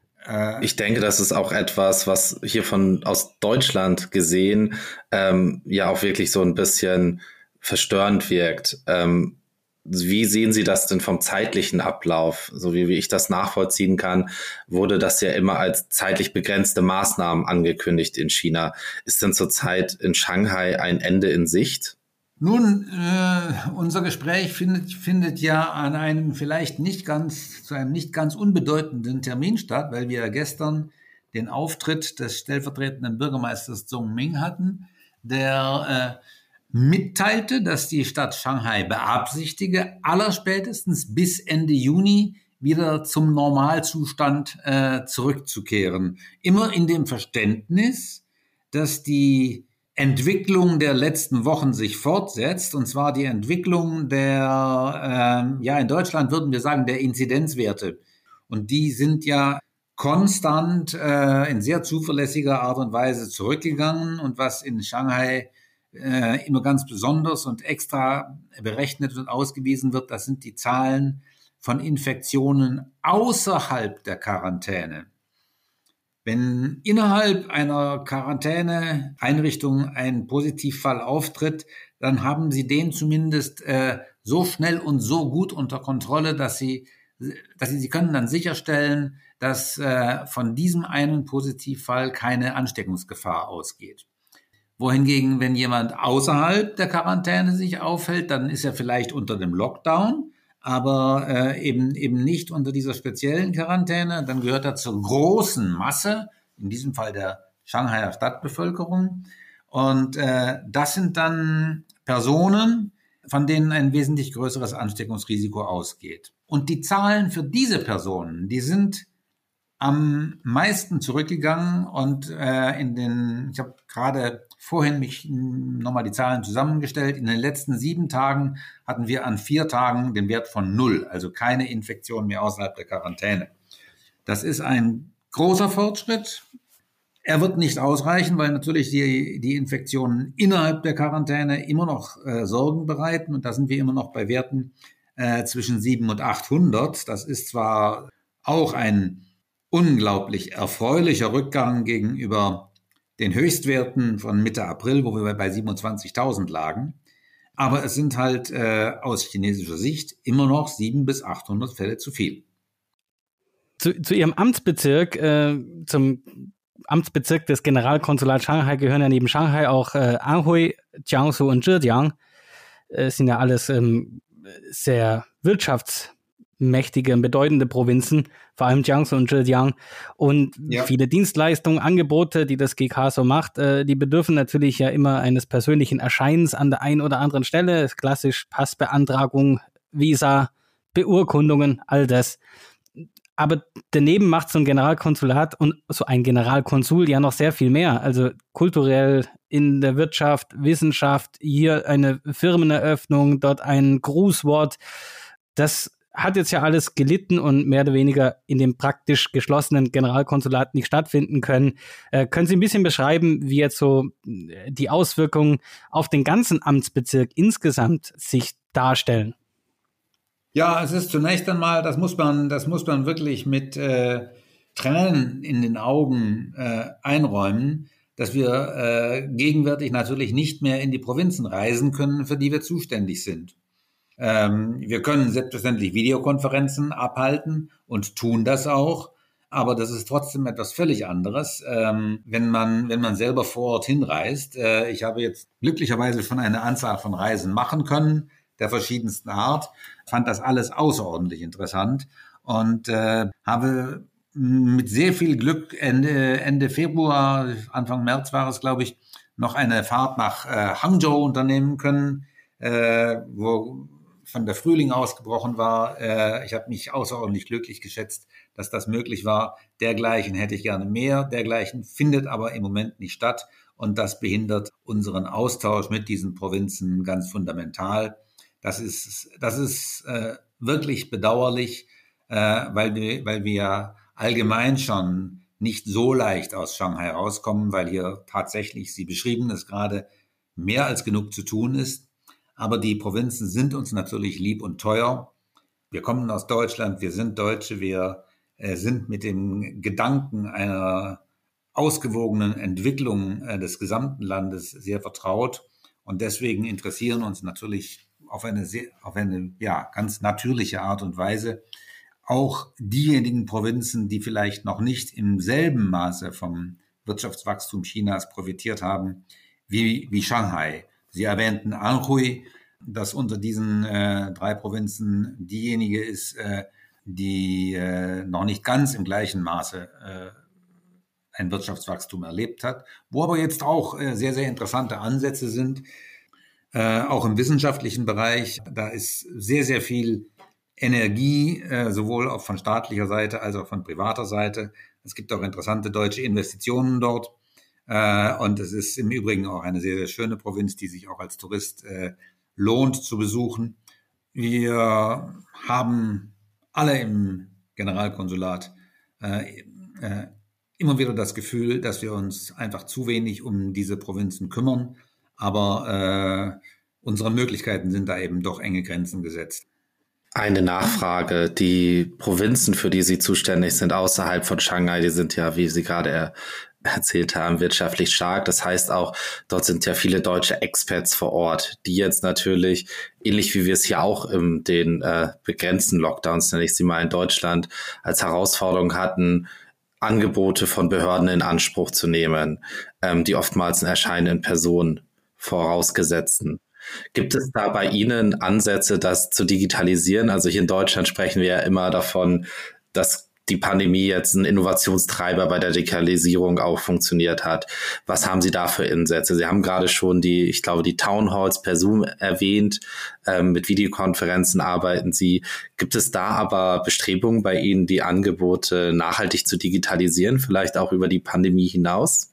Ich denke, das ist auch etwas, was hier von aus Deutschland gesehen ähm, ja auch wirklich so ein bisschen verstörend wirkt. Ähm, wie sehen Sie das denn vom zeitlichen Ablauf? So wie, wie ich das nachvollziehen kann, wurde das ja immer als zeitlich begrenzte Maßnahmen angekündigt in China. Ist denn zurzeit in Shanghai ein Ende in Sicht? Nun, äh, unser Gespräch findet, findet ja an einem vielleicht nicht ganz, zu einem nicht ganz unbedeutenden Termin statt, weil wir ja gestern den Auftritt des stellvertretenden Bürgermeisters Zhong Ming hatten, der äh, mitteilte, dass die Stadt Shanghai beabsichtige, allerspätestens bis Ende Juni wieder zum Normalzustand äh, zurückzukehren. Immer in dem Verständnis, dass die Entwicklung der letzten Wochen sich fortsetzt, und zwar die Entwicklung der, äh, ja, in Deutschland würden wir sagen, der Inzidenzwerte. Und die sind ja konstant äh, in sehr zuverlässiger Art und Weise zurückgegangen. Und was in Shanghai äh, immer ganz besonders und extra berechnet und ausgewiesen wird, das sind die Zahlen von Infektionen außerhalb der Quarantäne. Wenn innerhalb einer Quarantäneeinrichtung ein Positivfall auftritt, dann haben Sie den zumindest äh, so schnell und so gut unter Kontrolle, dass Sie, dass Sie, Sie können dann sicherstellen, dass äh, von diesem einen Positivfall keine Ansteckungsgefahr ausgeht. Wohingegen, wenn jemand außerhalb der Quarantäne sich aufhält, dann ist er vielleicht unter dem Lockdown, aber äh, eben eben nicht unter dieser speziellen Quarantäne. Dann gehört er zur großen Masse, in diesem Fall der Shanghaier Stadtbevölkerung. Und äh, das sind dann Personen, von denen ein wesentlich größeres Ansteckungsrisiko ausgeht. Und die Zahlen für diese Personen, die sind am meisten zurückgegangen. Und äh, in den, ich habe gerade vorhin mich nochmal die Zahlen zusammengestellt. In den letzten sieben Tagen hatten wir an vier Tagen den Wert von null, also keine Infektion mehr außerhalb der Quarantäne. Das ist ein großer Fortschritt. Er wird nicht ausreichen, weil natürlich die, die Infektionen innerhalb der Quarantäne immer noch äh, Sorgen bereiten. Und da sind wir immer noch bei Werten äh, zwischen sieben und achthundert. Das ist zwar auch ein unglaublich erfreulicher Rückgang gegenüber den Höchstwerten von Mitte April, wo wir bei siebenundzwanzigtausend lagen. Aber es sind halt äh, aus chinesischer Sicht immer noch siebenhundert bis achthundert Fälle zu viel. Zu, zu Ihrem Amtsbezirk, äh, zum Amtsbezirk des Generalkonsulats Shanghai gehören ja neben Shanghai auch äh, Anhui, Jiangsu und Zhejiang. Es äh, sind ja alles ähm, sehr wirtschafts mächtige und bedeutende Provinzen, vor allem Jiangsu und Zhejiang. Und ja. viele Dienstleistungen, Angebote, die das G K so macht, äh, die bedürfen natürlich ja immer eines persönlichen Erscheinens an der einen oder anderen Stelle. Klassisch Passbeantragung, Visa, Beurkundungen, all das. Aber daneben macht so ein Generalkonsulat und so ein Generalkonsul ja noch sehr viel mehr. Also kulturell, in der Wirtschaft, Wissenschaft, hier eine Firmeneröffnung, dort ein Grußwort. Das hat jetzt ja alles gelitten und mehr oder weniger in dem praktisch geschlossenen Generalkonsulat nicht stattfinden können. Äh, können Sie ein bisschen beschreiben, wie jetzt so die Auswirkungen auf den ganzen Amtsbezirk insgesamt sich darstellen? Ja, es ist zunächst einmal, das muss man, das muss man wirklich mit äh, Tränen in den Augen äh, einräumen, dass wir äh, gegenwärtig natürlich nicht mehr in die Provinzen reisen können, für die wir zuständig sind. Ähm, wir können selbstverständlich Videokonferenzen abhalten und tun das auch, aber das ist trotzdem etwas völlig anderes, ähm, wenn man, wenn man selber vor Ort hinreist. Äh, ich habe jetzt glücklicherweise schon eine Anzahl von Reisen machen können, der verschiedensten Art, fand das alles außerordentlich interessant und äh, habe mit sehr viel Glück Ende, Ende Februar, Anfang März war es, glaube ich, noch eine Fahrt nach äh, Hangzhou unternehmen können, äh, wo von der Frühling ausgebrochen war. Äh, ich habe mich außerordentlich glücklich geschätzt, dass das möglich war. Dergleichen hätte ich gerne mehr, dergleichen findet aber im Moment nicht statt und das behindert unseren Austausch mit diesen Provinzen ganz fundamental. Das ist, das ist äh, wirklich bedauerlich, äh, weil wir, weil wir allgemein schon nicht so leicht aus Shanghai rauskommen, weil hier tatsächlich, Sie beschrieben es gerade, mehr als genug zu tun ist. Aber die Provinzen sind uns natürlich lieb und teuer. Wir kommen aus Deutschland, wir sind Deutsche, wir äh, sind mit dem Gedanken einer ausgewogenen Entwicklung äh, des gesamten Landes sehr vertraut. Und deswegen interessieren uns natürlich auf eine sehr, auf eine, ja, ganz natürliche Art und Weise auch diejenigen Provinzen, die vielleicht noch nicht im selben Maße vom Wirtschaftswachstum Chinas profitiert haben, wie, wie Shanghai. Sie erwähnten Anhui, das unter diesen äh, drei Provinzen diejenige ist, äh, die äh, noch nicht ganz im gleichen Maße äh, ein Wirtschaftswachstum erlebt hat, wo aber jetzt auch äh, sehr, sehr interessante Ansätze sind. Äh, auch im wissenschaftlichen Bereich, da ist sehr, sehr viel Energie, äh, sowohl auch von staatlicher Seite als auch von privater Seite. Es gibt auch interessante deutsche Investitionen dort. Äh, und es ist im Übrigen auch eine sehr, sehr schöne Provinz, die sich auch als Tourist äh, lohnt zu besuchen. Wir haben alle im Generalkonsulat äh, äh, immer wieder das Gefühl, dass wir uns einfach zu wenig um diese Provinzen kümmern. Aber äh, unsere Möglichkeiten sind da eben doch enge Grenzen gesetzt. Eine Nachfrage. Die Provinzen, für die Sie zuständig sind, außerhalb von Shanghai, die sind ja, wie Sie gerade er- erzählt haben, wirtschaftlich stark. Das heißt auch, dort sind ja viele deutsche Expats vor Ort, die jetzt natürlich, ähnlich wie wir es hier auch in den äh, begrenzten Lockdowns, nenne ich sie mal in Deutschland, als Herausforderung hatten, Angebote von Behörden in Anspruch zu nehmen, ähm, die oftmals ein Erscheinen in Person vorausgesetzten. Gibt es da bei Ihnen Ansätze, das zu digitalisieren? Also hier in Deutschland sprechen wir ja immer davon, dass die Pandemie jetzt ein Innovationstreiber bei der Digitalisierung auch funktioniert hat. Was haben Sie da für Ansätze? Sie haben gerade schon die, ich glaube, die Townhalls per Zoom erwähnt. Ähm, mit Videokonferenzen arbeiten Sie. Gibt es da aber Bestrebungen bei Ihnen, die Angebote nachhaltig zu digitalisieren, vielleicht auch über die Pandemie hinaus?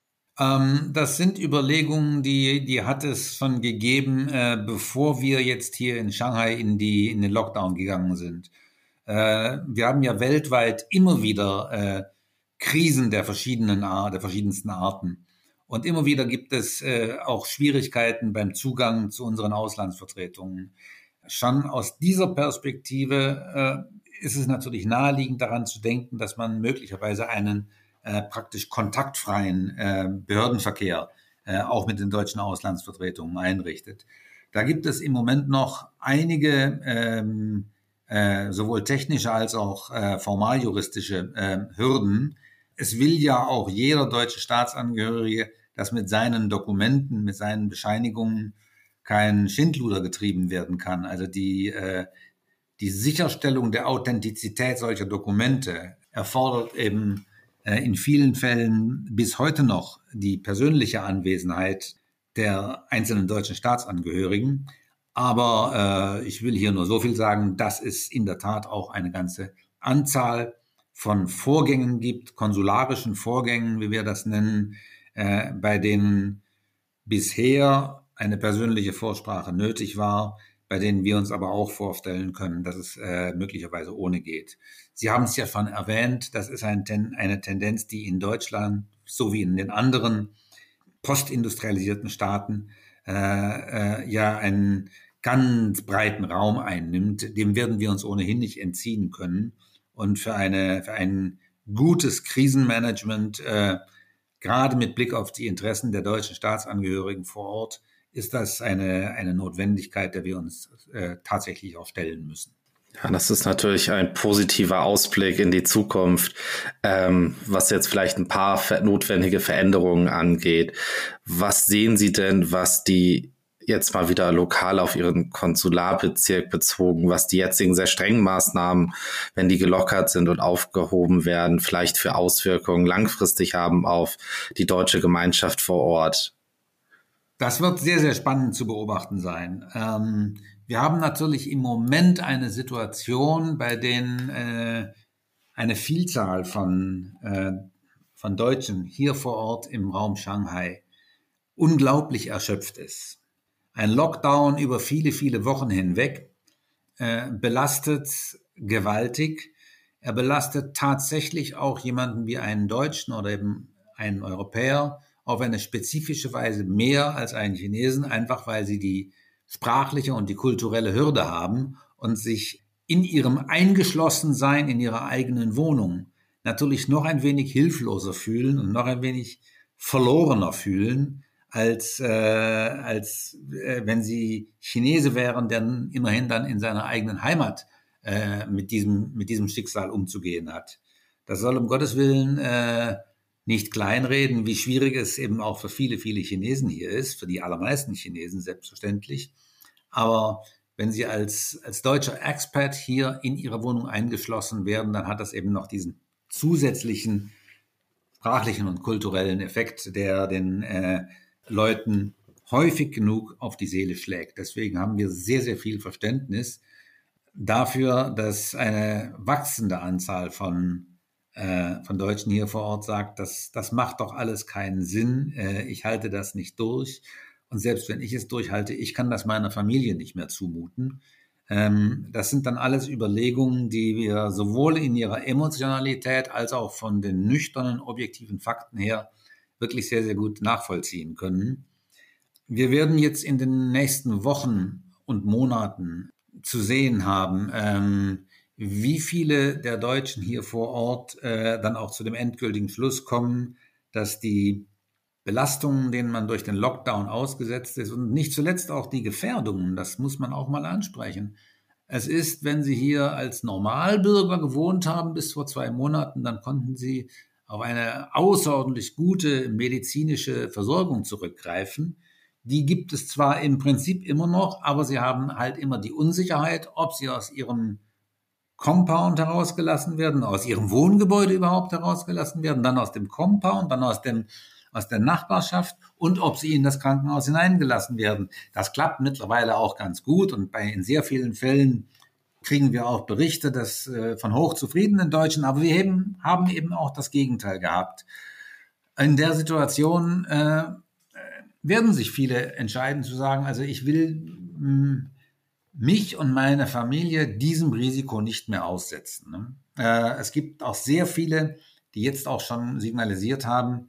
Ähm, das sind Überlegungen, die, die hat es schon gegeben, äh, bevor wir jetzt hier in Shanghai in die, in den Lockdown gegangen sind. Äh, wir haben ja weltweit immer wieder äh, Krisen der verschiedenen Art, der verschiedensten Arten. Und immer wieder gibt es äh, auch Schwierigkeiten beim Zugang zu unseren Auslandsvertretungen. Schon aus dieser Perspektive äh, ist es natürlich naheliegend daran zu denken, dass man möglicherweise einen äh, praktisch kontaktfreien äh, Behördenverkehr äh, auch mit den deutschen Auslandsvertretungen einrichtet. Da gibt es im Moment noch einige ähm, äh, sowohl technische als auch äh, formaljuristische äh, Hürden. Es will ja auch jeder deutsche Staatsangehörige, dass mit seinen Dokumenten, mit seinen Bescheinigungen kein Schindluder getrieben werden kann. Also die, äh, die Sicherstellung der Authentizität solcher Dokumente erfordert eben äh, in vielen Fällen bis heute noch die persönliche Anwesenheit der einzelnen deutschen Staatsangehörigen. Aber äh, ich will hier nur so viel sagen, dass es in der Tat auch eine ganze Anzahl von Vorgängen gibt, konsularischen Vorgängen, wie wir das nennen, äh, bei denen bisher eine persönliche Vorsprache nötig war, bei denen wir uns aber auch vorstellen können, dass es äh, möglicherweise ohne geht. Sie haben es ja schon erwähnt, das ist ein Ten, eine Tendenz, die in Deutschland sowie in den anderen postindustrialisierten Staaten äh, äh, ja einen ganz breiten Raum einnimmt. Dem werden wir uns ohnehin nicht entziehen können. Und für, eine, für ein gutes Krisenmanagement, äh, gerade mit Blick auf die Interessen der deutschen Staatsangehörigen vor Ort, ist das eine, eine Notwendigkeit, der wir uns äh, tatsächlich auch stellen müssen. Ja, das ist natürlich ein positiver Ausblick in die Zukunft, ähm, was jetzt vielleicht ein paar notwendige Veränderungen angeht. Was sehen Sie denn, was die jetzt mal wieder lokal auf Ihren Konsularbezirk bezogen, was die jetzigen sehr strengen Maßnahmen, wenn die gelockert sind und aufgehoben werden, vielleicht für Auswirkungen langfristig haben auf die deutsche Gemeinschaft vor Ort? Das wird sehr, sehr spannend zu beobachten sein. Ähm, wir haben natürlich im Moment eine Situation, bei denen äh, eine Vielzahl von, äh, von Deutschen hier vor Ort im Raum Shanghai unglaublich erschöpft ist. Ein Lockdown über viele, viele Wochen hinweg äh, belastet gewaltig. Er belastet tatsächlich auch jemanden wie einen Deutschen oder eben einen Europäer auf eine spezifische Weise mehr als einen Chinesen, einfach weil sie die sprachliche und die kulturelle Hürde haben und sich in ihrem Eingeschlossensein in ihrer eigenen Wohnung natürlich noch ein wenig hilfloser fühlen und noch ein wenig verlorener fühlen, als, äh, als äh, wenn sie Chinese wären, der immerhin dann in seiner eigenen Heimat äh, mit diesem, mit diesem Schicksal umzugehen hat. Das soll um Gottes Willen äh, nicht kleinreden, wie schwierig es eben auch für viele, viele Chinesen hier ist, für die allermeisten Chinesen selbstverständlich. Aber wenn sie als, als deutscher Expat hier in ihrer Wohnung eingeschlossen werden, dann hat das eben noch diesen zusätzlichen sprachlichen und kulturellen Effekt, der den äh, Leuten häufig genug auf die Seele schlägt. Deswegen haben wir sehr, sehr viel Verständnis dafür, dass eine wachsende Anzahl von, äh, von Deutschen hier vor Ort sagt, dass, das macht doch alles keinen Sinn, äh, ich halte das nicht durch. Und selbst wenn ich es durchhalte, ich kann das meiner Familie nicht mehr zumuten. Ähm, das sind dann alles Überlegungen, die wir sowohl in ihrer Emotionalität als auch von den nüchternen, objektiven Fakten her wirklich sehr, sehr gut nachvollziehen können. Wir werden jetzt in den nächsten Wochen und Monaten zu sehen haben, ähm, wie viele der Deutschen hier vor Ort äh, dann auch zu dem endgültigen Schluss kommen, dass die Belastungen, denen man durch den Lockdown ausgesetzt ist und nicht zuletzt auch die Gefährdungen, das muss man auch mal ansprechen. Es ist, wenn Sie hier als Normalbürger gewohnt haben bis vor zwei Monaten, dann konnten Sie auf eine außerordentlich gute medizinische Versorgung zurückgreifen. Die gibt es zwar im Prinzip immer noch, aber Sie haben halt immer die Unsicherheit, ob Sie aus Ihrem Compound herausgelassen werden, aus Ihrem Wohngebäude überhaupt herausgelassen werden, dann aus dem Compound, dann aus dem aus der Nachbarschaft und ob sie in das Krankenhaus hineingelassen werden. Das klappt mittlerweile auch ganz gut und bei in sehr vielen Fällen kriegen wir auch Berichte dass, äh, von hochzufriedenen Deutschen, aber wir eben, haben eben auch das Gegenteil gehabt. In der Situation äh, werden sich viele entscheiden zu sagen, also ich will mh, mich und meine Familie diesem Risiko nicht mehr aussetzen. Ne? Äh, es gibt auch sehr viele, die jetzt auch schon signalisiert haben,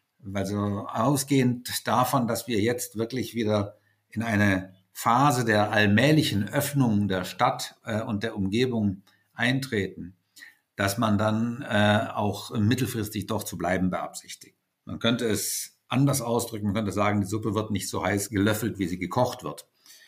also ausgehend davon, dass wir jetzt wirklich wieder in eine Phase der allmählichen Öffnung der Stadt äh, und der Umgebung eintreten, dass man dann äh, auch mittelfristig doch zu bleiben beabsichtigt. Man könnte es anders ausdrücken, man könnte sagen, die Suppe wird nicht so heiß gelöffelt, wie sie gekocht wird.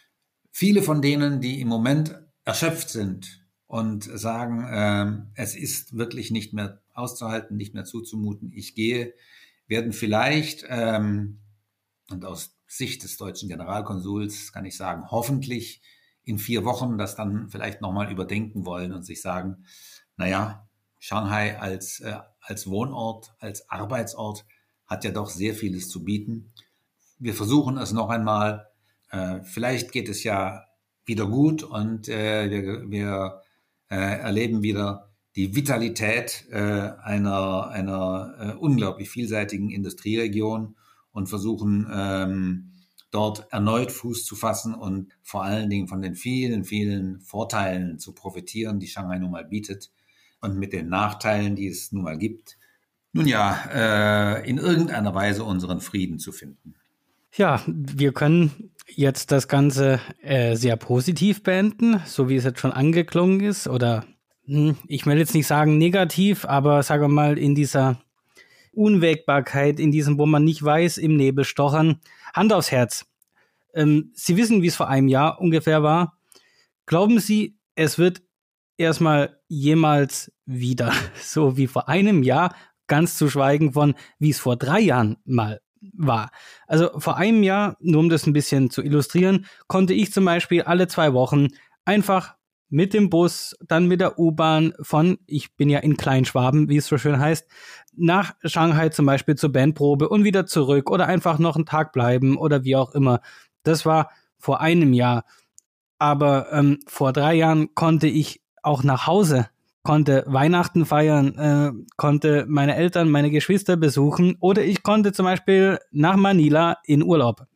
Viele von denen, die im Moment erschöpft sind und sagen, äh, es ist wirklich nicht mehr auszuhalten, nicht mehr zuzumuten, ich gehe, werden vielleicht, ähm, und aus Sicht des deutschen Generalkonsuls kann ich sagen, hoffentlich in vier Wochen das dann vielleicht nochmal überdenken wollen und sich sagen, naja, Shanghai als, äh, als Wohnort, als Arbeitsort hat ja doch sehr vieles zu bieten. Wir versuchen es noch einmal. Äh, vielleicht geht es ja wieder gut und äh, wir, wir äh, erleben wieder die Vitalität äh, einer, einer äh, unglaublich vielseitigen Industrieregion und versuchen ähm, dort erneut Fuß zu fassen und vor allen Dingen von den vielen, vielen Vorteilen zu profitieren, die Shanghai nun mal bietet und mit den Nachteilen, die es nun mal gibt, nun ja, äh, in irgendeiner Weise unseren Frieden zu finden. Ja, wir können jetzt das Ganze äh, sehr positiv beenden, so wie es jetzt schon angeklungen ist. Oder hm, ich will jetzt nicht sagen negativ, aber sagen wir mal in dieser Unwägbarkeit, in diesem, wo man nicht weiß, im Nebel stochern. Hand aufs Herz. Ähm, Sie wissen, wie es vor einem Jahr ungefähr war. Glauben Sie, es wird erstmal jemals wieder so wie vor einem Jahr, ganz zu schweigen von, wie es vor drei Jahren mal war. Also vor einem Jahr, nur um das ein bisschen zu illustrieren, konnte ich zum Beispiel alle zwei Wochen einfach mit dem Bus, dann mit der U-Bahn von, ich bin ja in Kleinschwaben, wie es so schön heißt, nach Shanghai zum Beispiel zur Bandprobe und wieder zurück oder einfach noch einen Tag bleiben oder wie auch immer. Das war vor einem Jahr. Aber ähm, vor drei Jahren konnte ich auch nach Hause, konnte Weihnachten feiern, äh, konnte meine Eltern, meine Geschwister besuchen oder ich konnte zum Beispiel nach Manila in Urlaub.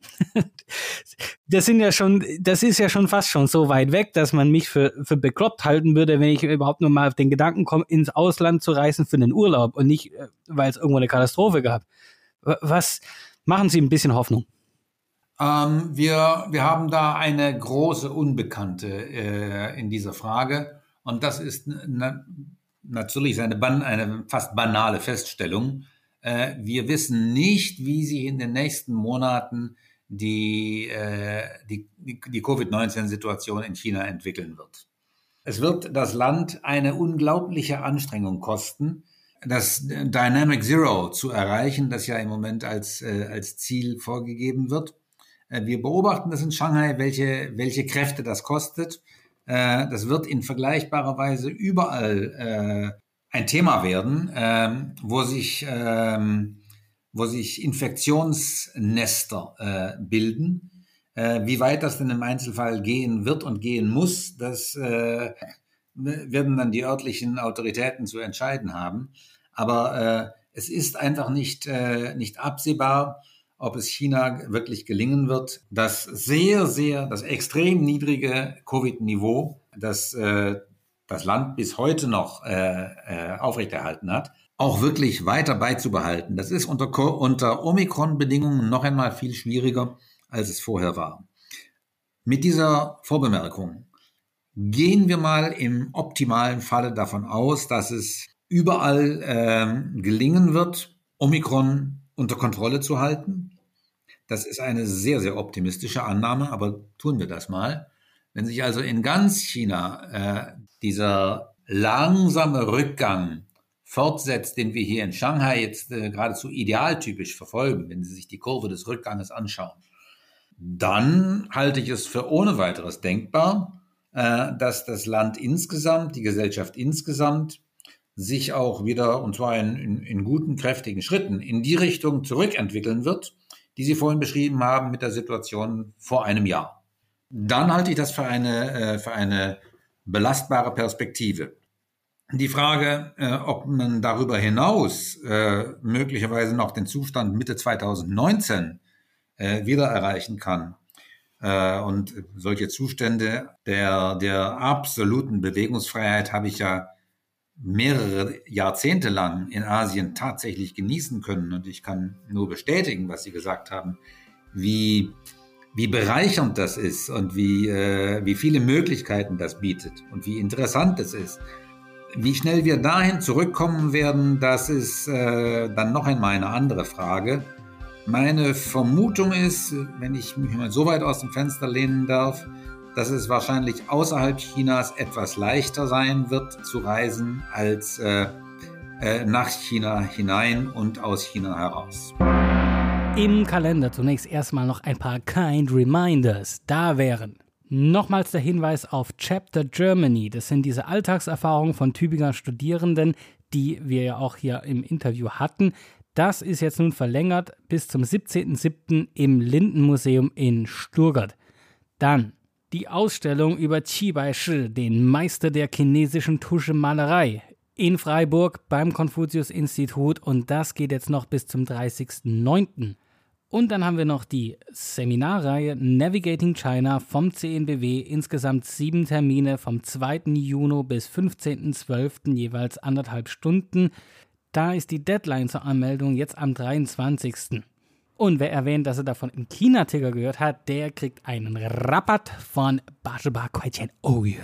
Das sind ja schon, das ist ja schon fast schon so weit weg, dass man mich für, für bekloppt halten würde, wenn ich überhaupt nur mal auf den Gedanken komme, ins Ausland zu reisen für einen Urlaub und nicht, weil es irgendwo eine Katastrophe gab. Was machen Sie ein bisschen Hoffnung? Ähm, wir, wir haben da eine große Unbekannte äh, in dieser Frage. Und das ist na, natürlich eine, eine fast banale Feststellung. Äh, wir wissen nicht, wie sich in den nächsten Monaten die, äh, die, die Covid neunzehn Situation in China entwickeln wird. Es wird das Land eine unglaubliche Anstrengung kosten, das Dynamic Zero zu erreichen, das ja im Moment als, äh, als Ziel vorgegeben wird. Äh, wir beobachten das in Shanghai, welche, welche Kräfte das kostet. Das wird in vergleichbarer Weise überall äh, ein Thema werden, ähm, wo sich, ähm, wo sich Infektionsnester äh, bilden. Äh, wie weit das denn im Einzelfall gehen wird und gehen muss, das äh, werden dann die örtlichen Autoritäten zu entscheiden haben. Aber äh, es ist einfach nicht, äh, nicht absehbar, ob es China wirklich gelingen wird, das sehr, sehr, das extrem niedrige Covid-Niveau, das äh, das Land bis heute noch äh, äh, aufrechterhalten hat, auch wirklich weiter beizubehalten. Das ist unter, unter Omikron-Bedingungen noch einmal viel schwieriger, als es vorher war. Mit dieser Vorbemerkung gehen wir mal im optimalen Falle davon aus, dass es überall äh, gelingen wird, Omikron unter Kontrolle zu halten. Das ist eine sehr, sehr optimistische Annahme, aber tun wir das mal. Wenn sich also in ganz China äh, dieser langsame Rückgang fortsetzt, den wir hier in Shanghai jetzt äh, geradezu idealtypisch verfolgen, wenn Sie sich die Kurve des Rückganges anschauen, dann halte ich es für ohne weiteres denkbar, äh, dass das Land insgesamt, die Gesellschaft insgesamt, sich auch wieder, und zwar in, in, in guten, kräftigen Schritten, in die Richtung zurückentwickeln wird, die Sie vorhin beschrieben haben mit der Situation vor einem Jahr. Dann halte ich das für eine, äh, für eine belastbare Perspektive. Die Frage, äh, ob man darüber hinaus äh, möglicherweise noch den Zustand Mitte zwanzig neunzehn äh, wieder erreichen kann äh, und solche Zustände der, der absoluten Bewegungsfreiheit habe ich ja mehrere Jahrzehnte lang in Asien tatsächlich genießen können. Und ich kann nur bestätigen, was Sie gesagt haben, wie, wie bereichernd das ist und wie, äh, wie viele Möglichkeiten das bietet und wie interessant es ist. Wie schnell wir dahin zurückkommen werden, das ist äh, dann noch einmal eine andere Frage. Meine Vermutung ist, wenn ich mich mal so weit aus dem Fenster lehnen darf, dass es wahrscheinlich außerhalb Chinas etwas leichter sein wird zu reisen als äh, äh, nach China hinein und aus China heraus. Im Kalender zunächst erstmal noch ein paar Kind Reminders. Da wären Nochmals der Hinweis auf Chapter Germany. Das sind diese Alltagserfahrungen von Tübinger Studierenden, die wir ja auch hier im Interview hatten. Das ist jetzt nun verlängert bis zum siebzehnten siebten im Lindenmuseum in Stuttgart. Dann die Ausstellung über Qi Baishi, den Meister der chinesischen Tuschemalerei, in Freiburg beim Konfuzius-Institut, und das geht jetzt noch bis zum dreißigsten neunten Und dann haben wir noch die Seminarreihe Navigating China vom C N B W, insgesamt sieben Termine vom zweiten Juni bis fünfzehnten zwölften jeweils anderthalb Stunden. Da ist die Deadline zur Anmeldung jetzt am dreiundzwanzigsten Und wer erwähnt, dass er davon im China-Ticker gehört hat, der kriegt einen Rabatt von Bajeba Kuaiqian Ouyuan.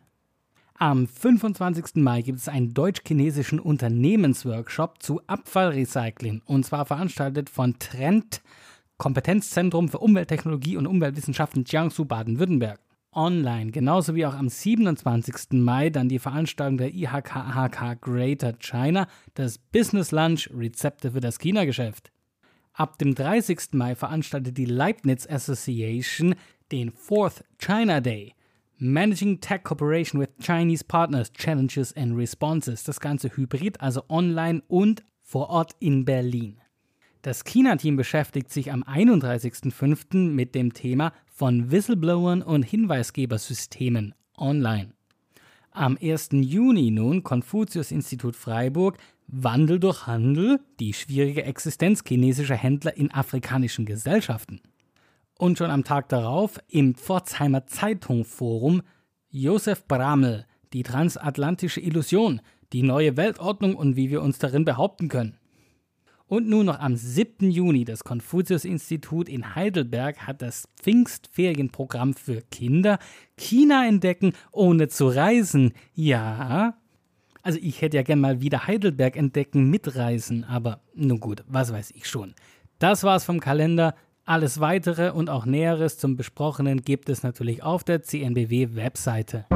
Am fünfundzwanzigsten Mai gibt es einen deutsch-chinesischen Unternehmensworkshop zu Abfallrecycling, und zwar veranstaltet von Trend, Kompetenzzentrum für Umwelttechnologie und Umweltwissenschaften Jiangsu, Baden-Württemberg. Online, genauso wie auch am siebenundzwanzigsten Mai dann die Veranstaltung der I H K A H K Greater China, das Business Lunch, Rezepte für das China-Geschäft. Ab dem dreißigsten Mai veranstaltet die Leibniz Association den Fourth China Day. Managing Tech Cooperation with Chinese Partners, Challenges and Responses. Das Ganze hybrid, also online und vor Ort in Berlin. Das China-Team beschäftigt sich am einunddreißigsten fünften mit dem Thema von Whistleblowern und Hinweisgebersystemen online. Am ersten Juni nun Konfuzius-Institut Freiburg, Wandel durch Handel, die schwierige Existenz chinesischer Händler in afrikanischen Gesellschaften. Und schon am Tag darauf im Pforzheimer Zeitung-Forum Josef Bramel, die transatlantische Illusion, die neue Weltordnung und wie wir uns darin behaupten können. Und nun noch am siebten Juni, das Konfuzius-Institut in Heidelberg hat das Pfingstferienprogramm für Kinder China entdecken, ohne zu reisen. Ja, also ich hätte ja gern mal wieder Heidelberg entdecken mit Reisen, aber nun gut, was weiß ich schon. Das war's vom Kalender. Alles Weitere und auch Näheres zum Besprochenen gibt es natürlich auf der C N B W-Webseite.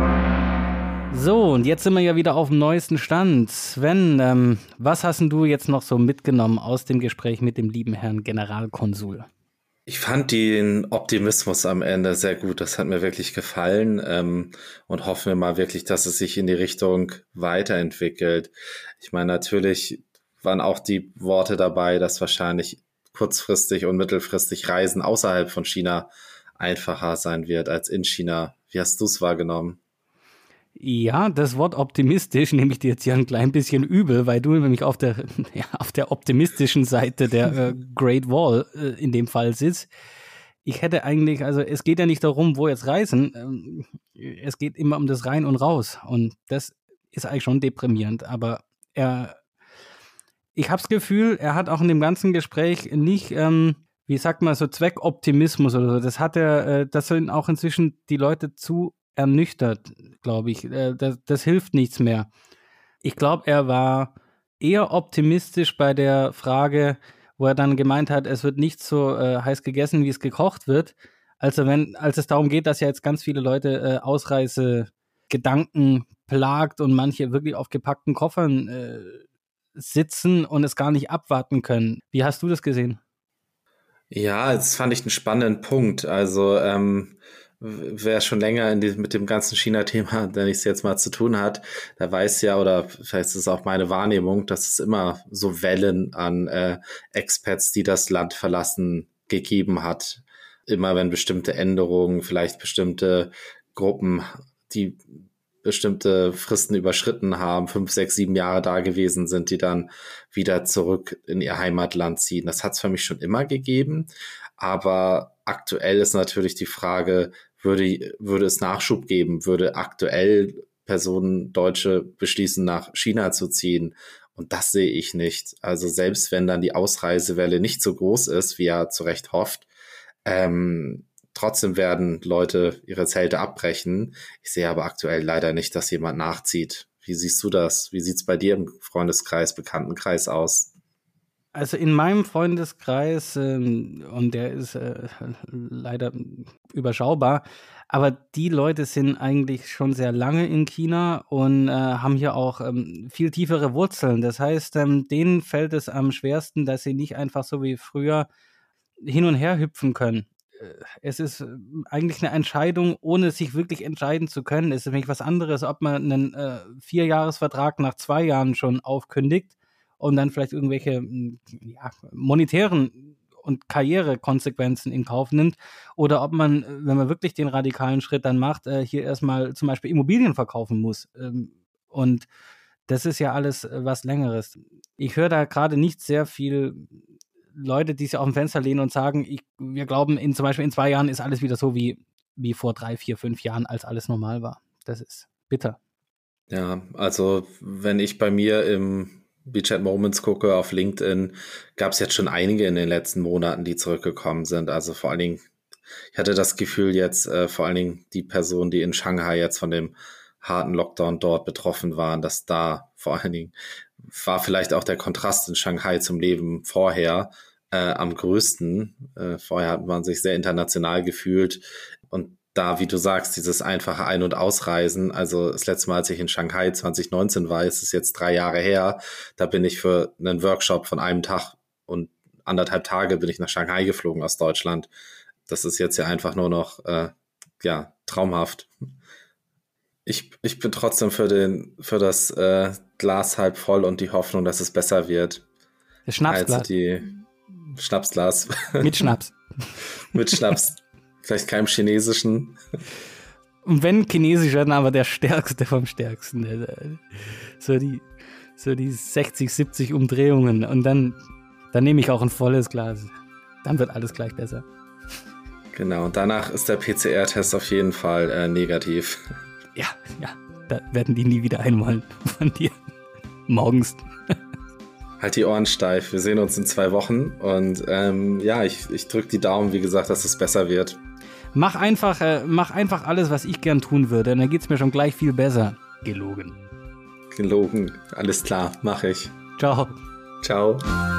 So, und jetzt sind wir ja wieder auf dem neuesten Stand. Sven, ähm, was hast denn du jetzt noch so mitgenommen aus dem Gespräch mit dem lieben Herrn Generalkonsul? Ich fand den Optimismus am Ende sehr gut. Das hat mir wirklich gefallen, ähm, und hoffen wir mal wirklich, dass es sich in die Richtung weiterentwickelt. Ich meine, natürlich waren auch die Worte dabei, dass wahrscheinlich kurzfristig und mittelfristig Reisen außerhalb von China einfacher sein wird als in China. Wie hast du es wahrgenommen? Ja, das Wort optimistisch nehme ich dir jetzt hier ein klein bisschen übel, weil du nämlich auf der, ja, auf der optimistischen Seite der äh, Great Wall äh, in dem Fall sitzt. Ich hätte eigentlich, also es geht ja nicht darum, wo jetzt reisen, ähm, es geht immer um das Rein und Raus, und das ist eigentlich schon deprimierend, aber er Ich habe das Gefühl, er hat auch in dem ganzen Gespräch nicht, ähm, wie sagt man, so Zweckoptimismus oder so. Das hat er, äh, das sind auch inzwischen die Leute zu ernüchtert, glaube ich. Äh, das, das hilft nichts mehr. Ich glaube, er war eher optimistisch bei der Frage, wo er dann gemeint hat, es wird nicht so äh, heiß gegessen, wie es gekocht wird. Also wenn, als es darum geht, dass ja jetzt ganz viele Leute äh, Ausreisegedanken plagt und manche wirklich auf gepackten Koffern äh, sitzen und es gar nicht abwarten können. Wie hast du das gesehen? Ja, das fand ich einen spannenden Punkt. Also ähm, wer schon länger in die, mit dem ganzen China-Thema, der nichts jetzt mal zu tun hat, der weiß ja, oder vielleicht ist es auch meine Wahrnehmung, dass es immer so Wellen an äh, Expats, die das Land verlassen, gegeben hat. Immer wenn bestimmte Änderungen, vielleicht bestimmte Gruppen, die bestimmte Fristen überschritten haben, fünf, sechs, sieben Jahre da gewesen sind, die dann wieder zurück in ihr Heimatland ziehen. Das hat es für mich schon immer gegeben, aber aktuell ist natürlich die Frage, würde, würde es Nachschub geben, würde aktuell Personen, Deutsche beschließen, nach China zu ziehen, und das sehe ich nicht. Also selbst wenn dann die Ausreisewelle nicht so groß ist, wie er zu Recht hofft, ähm, trotzdem werden Leute ihre Zelte abbrechen. Ich sehe aber aktuell leider nicht, dass jemand nachzieht. Wie siehst du das? Wie sieht es bei dir im Freundeskreis, Bekanntenkreis aus? Also in meinem Freundeskreis, ähm, und der ist äh, leider überschaubar, aber die Leute sind eigentlich schon sehr lange in China und äh, haben hier auch ähm, viel tiefere Wurzeln. Das heißt, ähm, denen fällt es am schwersten, dass sie nicht einfach so wie früher hin und her hüpfen können. es ist eigentlich eine Entscheidung, ohne sich wirklich entscheiden zu können. Es ist nämlich was anderes, ob man einen äh, Vierjahresvertrag nach zwei Jahren schon aufkündigt und dann vielleicht irgendwelche ja, monetären und Karrierekonsequenzen in Kauf nimmt, oder ob man, wenn man wirklich den radikalen Schritt dann macht, äh, hier erstmal zum Beispiel Immobilien verkaufen muss. Ähm, und das ist ja alles äh, was Längeres. Ich höre da gerade nicht sehr viel Leute, die sich auf dem Fenster lehnen und sagen, ich, wir glauben, in, zum Beispiel in zwei Jahren ist alles wieder so wie, wie vor drei, vier, fünf Jahren, als alles normal war. Das ist bitter. Ja, also wenn ich bei mir im WeChat Moments gucke auf LinkedIn, gab es jetzt schon einige in den letzten Monaten, die zurückgekommen sind. Also vor allen Dingen, ich hatte das Gefühl jetzt, äh, vor allen Dingen die Personen, die in Shanghai jetzt von dem harten Lockdown dort betroffen waren, dass da vor allen Dingen war vielleicht auch der Kontrast in Shanghai zum Leben vorher äh, am größten. Äh, vorher hat man sich sehr international gefühlt und da, wie du sagst, dieses einfache Ein- und Ausreisen, also das letzte Mal, als ich in Shanghai zwanzig neunzehn war, ist es jetzt drei Jahre her, da bin ich für einen Workshop von einem Tag und anderthalb Tage bin ich nach Shanghai geflogen aus Deutschland. Das ist jetzt ja einfach nur noch, äh, ja, traumhaft. Ich, ich bin trotzdem für den, für das äh, Glas halb voll und die Hoffnung, dass es besser wird. Das Schnapsglas. Als die Schnapsglas. Mit Schnaps. Mit Schnaps. Vielleicht keinem chinesischen. Und wenn chinesisch, dann aber der stärkste vom stärksten. So die, so die sechzig, siebzig Umdrehungen. Und dann, dann nehme ich auch ein volles Glas. Dann wird alles gleich besser. Genau, und danach ist der P C R-Test auf jeden Fall äh, negativ. Ja, ja, da werden die nie wieder einwollen von dir. Morgens. Halt die Ohren steif. Wir sehen uns in zwei Wochen. Und ähm, ja, ich, ich drücke die Daumen, wie gesagt, dass es besser wird. Mach einfach, äh, mach einfach alles, was ich gern tun würde. Und dann geht's mir schon gleich viel besser. Gelogen. Gelogen. Alles klar, mache ich. Ciao. Ciao.